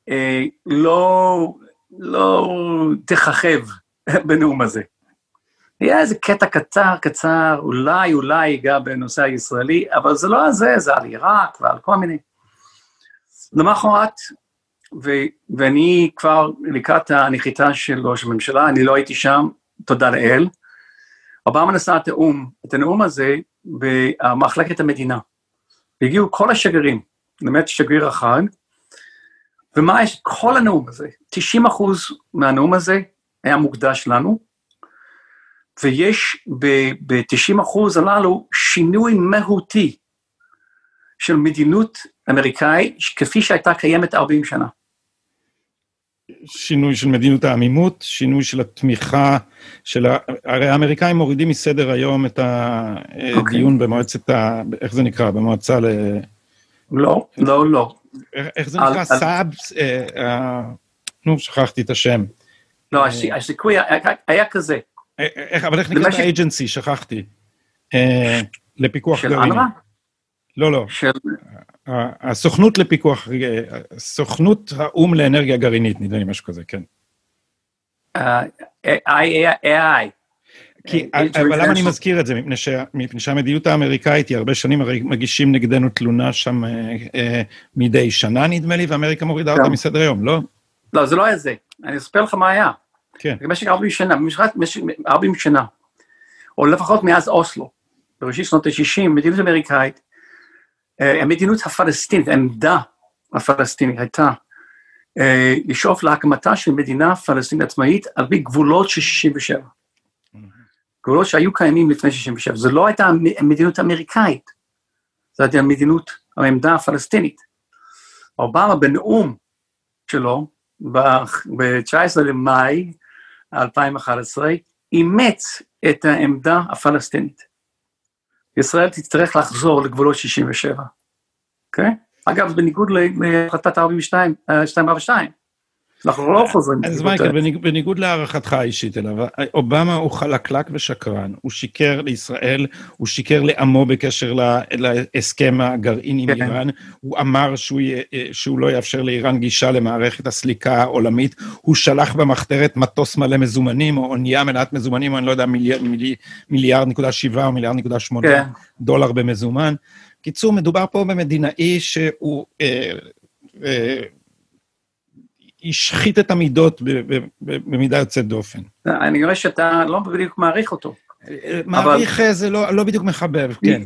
S2: לא תככב בנאום הזה. היה איזה קטע קצר, אולי ייגע בנושא הישראלי, אבל זה לא זה, זה על עיראק ועל כל מיני. למחרת, ואני כבר לקראת הנחיתה של ראש הממשלה, אני לא הייתי שם, תודה לאל, אובמה נשא את הנאום הזה במחלקת המדינה. והגיעו כל השגרירים, באמת שגריר אחד, ומה יש כל הנאום הזה? 90% מהנאום הזה היה מוקדש לנו, ויש ב-90% הללו שינוי מהותי של מדיניות אמריקאית, כפי שהייתה קיימת 40 שנה.
S1: שינוי של מדיניות העמימות, שינוי של התמיכה, הרי האמריקאים מורידים מסדר היום את הדיון במועצת, איך זה נקרא, במועצה
S2: לא.
S1: איך זה נקרא? סאב? נו, שכחתי את השם.
S2: לא, הסיכוי היה כזה.
S1: אבל איך נקרא האג'נסי? שכחתי. לפיקוח גרעיני.
S2: של אנרה?
S1: לא. הסוכנות לפיקוח, סוכנות האום לאנרגיה גרעינית, נדמה לי משהו כזה, כן.
S2: AI.
S1: אבל למה אני מזכיר את זה? מפני שהמדיניות האמריקאית היא הרבה שנים, הרי מגישים נגדנו תלונה שם מדי שנה, נדמה לי, ואמריקה מורידה אותה מסדר היום, לא?
S2: לא, זה לא היה זה. אני אספר לך מה היה.
S1: כן.
S2: במשך 40 שנה, או לפחות מאז אוסלו, בראשית שנות ה-60, מדיניות אמריקאית, המדיניות הפלסטינית, העמדה הפלסטינית הייתה לשאוף להקמתה של מדינה פלסטינית עצמאית על פי גבולות של 67. גבולות שהיו קיימים לפני 67. זו לא הייתה מדיניות אמריקאית, זו הייתה מדיניות, העמדה הפלסטינית. אובמה בנאום שלו, ב-19 למאי 2011, אימץ את העמדה הפלסטינית. ישראל תצטרך לחזור לגבולות 67. אוקיי? אגב, בניגוד להחלטת 242. אנחנו לא חוזרים.
S1: אז מייקל, בניגוד להערכתך האישית אליו, אובמה הוא חלקלק ושקרן, הוא שיקר לישראל, הוא שיקר לעמו בקשר להסכם הגרעין עם איראן, הוא אמר שהוא לא יאפשר לאיראן גישה למערכת הסליקה העולמית, הוא שלח במחתרת מטוס מלא מזומנים, או אונייה מלאת מזומנים, או אני לא יודע, מיליארד נקודה 7 או מיליארד נקודה 8 דולר במזומן. קיצור, מדובר פה במדינאי שהוא השחית את המידות במידה יוצאת דופן.
S2: אני רואה שאתה לא בדיוק מעריך אותו.
S1: מעריך זה לא בדיוק מחבב, כן.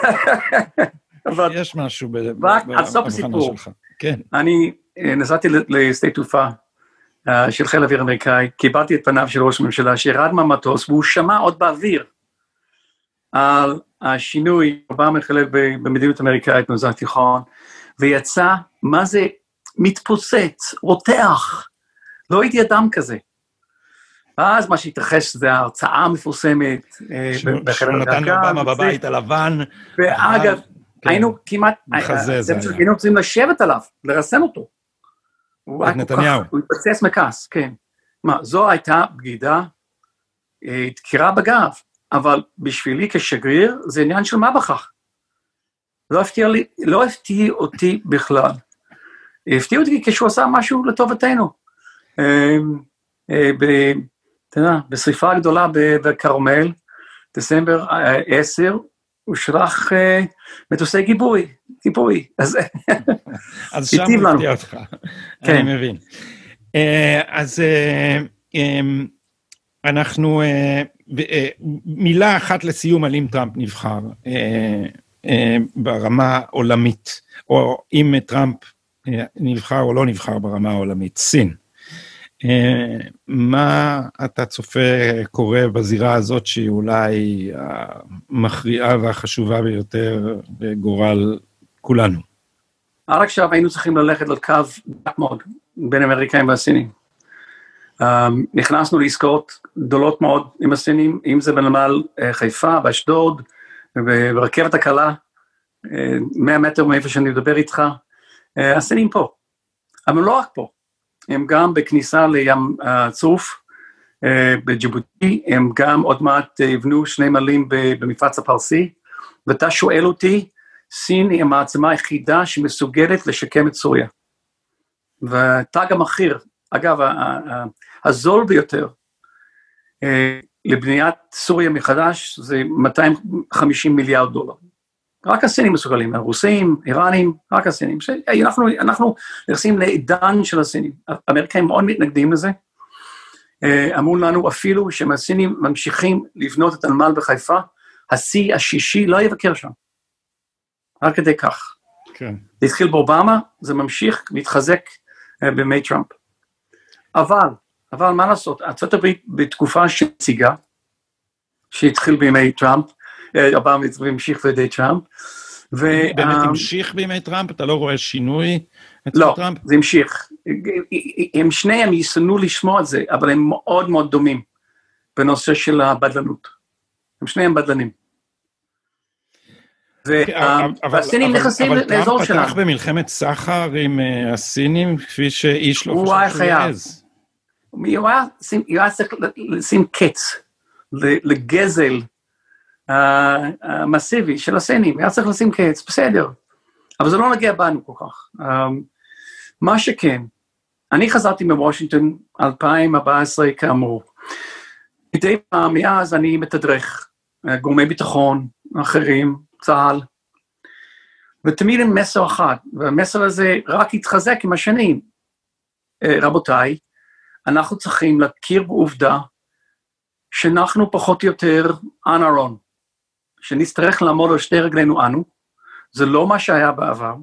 S1: יש משהו
S2: בהבחנה שלך. אני נסעתי לשדה תעופה של חיל האוויר האמריקאי, קיבלתי את פניו של ראש הממשלה שירד מהמטוס, והוא שמע עוד באוויר על השינוי הבא מחלל במדיניות האמריקאית במזרח התיכון, ויצא מה זה מתפוצץ, רותח, לא הייתי אדם כזה. אז מה שהתרחש זה ההרצאה המפורסמת,
S1: שהוא נתן לאובמה בבית הלבן.
S2: ואגב, היינו כמעט, היינו צריכים לשבת עליו, לרסן אותו.
S1: את נתניהו.
S2: הוא התפוצץ מכעס, כן. מה, זו הייתה בגידה, דקירה בגב, אבל בשבילי כשגריר זה עניין של מה בכך. לא הפתיע אותי בכלל. הפתיע אותי כשהוא עשה משהו לטובתנו. בשריפה הגדולה בכרמל, דצמבר 10, הוא שלח מטוסי גיבוי.
S1: אז שם הוא הפתיע אותך, אני מבין. אז אנחנו, מילה אחת לסיום על אם טראמפ נבחר ברמה עולמית, או אם טראמפ נבחר או לא נבחר ברמה העולמית, סין. מה אתה צופה קורה בזירה הזאת שהיא אולי המכריעה והחשובה ביותר בגורל כולנו?
S2: עד עכשיו היינו צריכים ללכת על קו דק מאוד בין האמריקאים והסינים. נכנסנו לעסקאות גדולות מאוד עם הסינים, אם זה בנמל חיפה, באשדוד, ברכבת הקלה, 100 מטר מאיפה שאני מדבר איתך, הסינים פה. אבל לא רק פה, הם גם בכניסה לים צוף, בג'יבוטי, הם גם עוד מעט הבנו 2 נמלים במפרץ הפרסי, ואתה שואל אותי, סין היא המעצמה היחידה שמסוגלת לשקם את סוריה. ותג המחיר, אגב, הזול ביותר, לבניית סוריה מחדש, זה 250 מיליארד דולר. רק הסינים מסוגלים, הרוסים, איראנים, רק הסינים. אנחנו נכנסים לעידן של הסינים. האמריקאים מאוד מתנגדים לזה. אמרו לנו אפילו שהסינים ממשיכים לבנות את הנמל בחיפה, השיא השישי לא יבקר שם. רק כדי כך.
S1: כן.
S2: זה התחיל באובמה, זה ממשיך להתחזק בימי טראמפ. אבל מה לעשות? ארצות הברית בתקופה שהציגה, שהתחיל בימי טראמפ, אובמה המשיך בידי טראמפ.
S1: באמת המשיך בימי טראמפ? אתה לא רואה שינוי אצל טראמפ?
S2: לא, זה המשיך. הם שניהם יסנו לשמוע את זה, אבל הם מאוד מאוד דומים בנושא של הבדלנות. הם שניהם בדלנים. והסינים נכנסים לאזור שלנו.
S1: אבל טראמפ פתח במלחמת סחר עם הסינים, כפי שאיש לא חושב שהוא יעז.
S2: הוא היה צריך לשים קץ לגזל המסיבי של הסינים, היה צריך לשים קץ, בסדר. אבל זה לא נגיע בנו כל כך. מה שכן, אני חזרתי מוושינגטון 2014 כאמור. מדי פעם מאז אני מתדרך, גורמי ביטחון, אחרים, צה"ל, ותמיד עם מסר אחד, והמסר הזה רק התחזק עם השנים. רבותיי, אנחנו צריכים להכיר בעובדה שאנחנו פחות או יותר on our own, שנצטרך לעמוד על שתי רגלינו אנו, זה לא מה שהיה בעבר,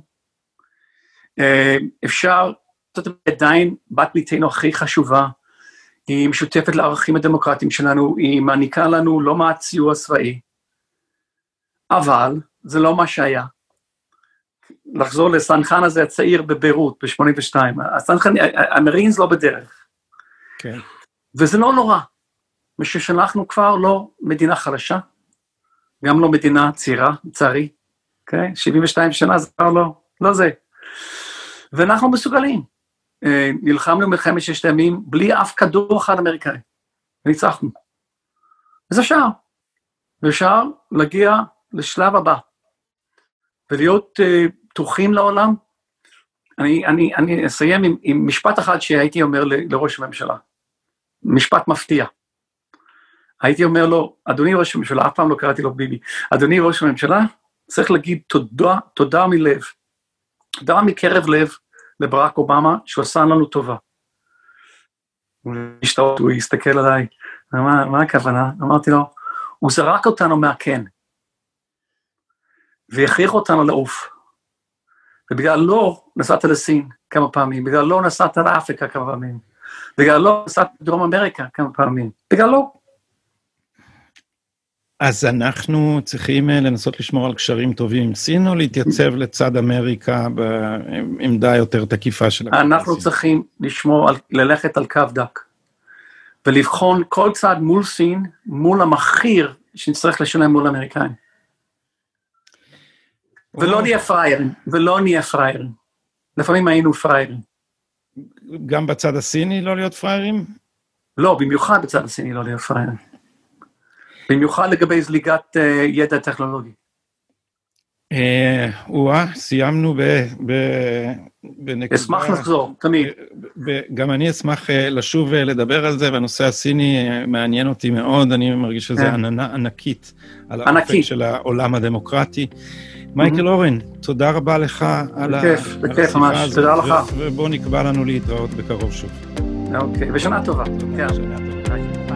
S2: אפשר, זאת עדיין בת בריתנו הכי חשובה, היא משותפת לערכים הדמוקרטיים שלנו, היא מעניקה לנו לא מעט סיוע צבאי, אבל זה לא מה שהיה. לחזור לסנחן הזה הצעיר בביירות, ב-82, המרינס לא בדרך.
S1: כן.
S2: וזה לא נורא, משום שאנחנו כבר לא מדינה חלשה, גם לא מדינה צעירה, לצערי, okay? 72 שנה זה כבר לא זה. ואנחנו מסוגלים. נלחמנו מלחמת ששת הימים, בלי אף כדור אחד אמריקאי. וניצחנו. אז אפשר להגיע לשלב הבא, ולהיות פתוחים לעולם. אני אסיים עם משפט אחד שהייתי אומר לראש הממשלה. משפט מפתיע. הייתי אומר לו, אדוני ראש הממשלה, אף פעם לא קראתי לו ביבי, אדוני ראש הממשלה, צריך להגיד תודה מלב, תודה מקרב לב לברק אובמה, שהוא עשה לנו טובה. הוא הסתכל עליי, מה הכוונה? אמרתי לו, הוא זרק אותנו מהקן, והכריח אותנו לעוף. ובגלל לא נסעת לסין כמה פעמים, בגלל לא נסעת לאפריקה כמה פעמים, בגלל לא נסעת לדרום אמריקה כמה פעמים, בגלל לא.
S1: אז אנחנו צריכים לנסות לשמור על קשרים טובים עם סין, או להתייצב לצד אמריקה בעמדה יותר תקיפה של סין?
S2: אנחנו צריכים לשמור, ללכת על קו דק, ולבחון כל צד מול סין, מול המחיר שנצטרך לשלם מול אמריקאים. ולא נהיה פריירים, לפעמים היינו פריירים.
S1: גם בצד הסיני לא להיות פריירים?
S2: לא, במיוחד בצד הסיני לא להיות פריירים. במיוחד לגבי זליגת ידע טכנולוגי.
S1: סיימנו בנקודה.
S2: אשמח לחזור, תמיד.
S1: גם אני אשמח לשוב לדבר על זה, והנושא הסיני מעניין אותי מאוד, אני מרגיש שזה עננה ענקית, על האופק של העולם הדמוקרטי. מייקל אורן, תודה רבה לך על
S2: השיחה הזאת, תודה לך.
S1: ובוא נקבע לנו להתראות בקרוב שוב.
S2: אוקיי, ושנה טובה.
S1: שנה טובה.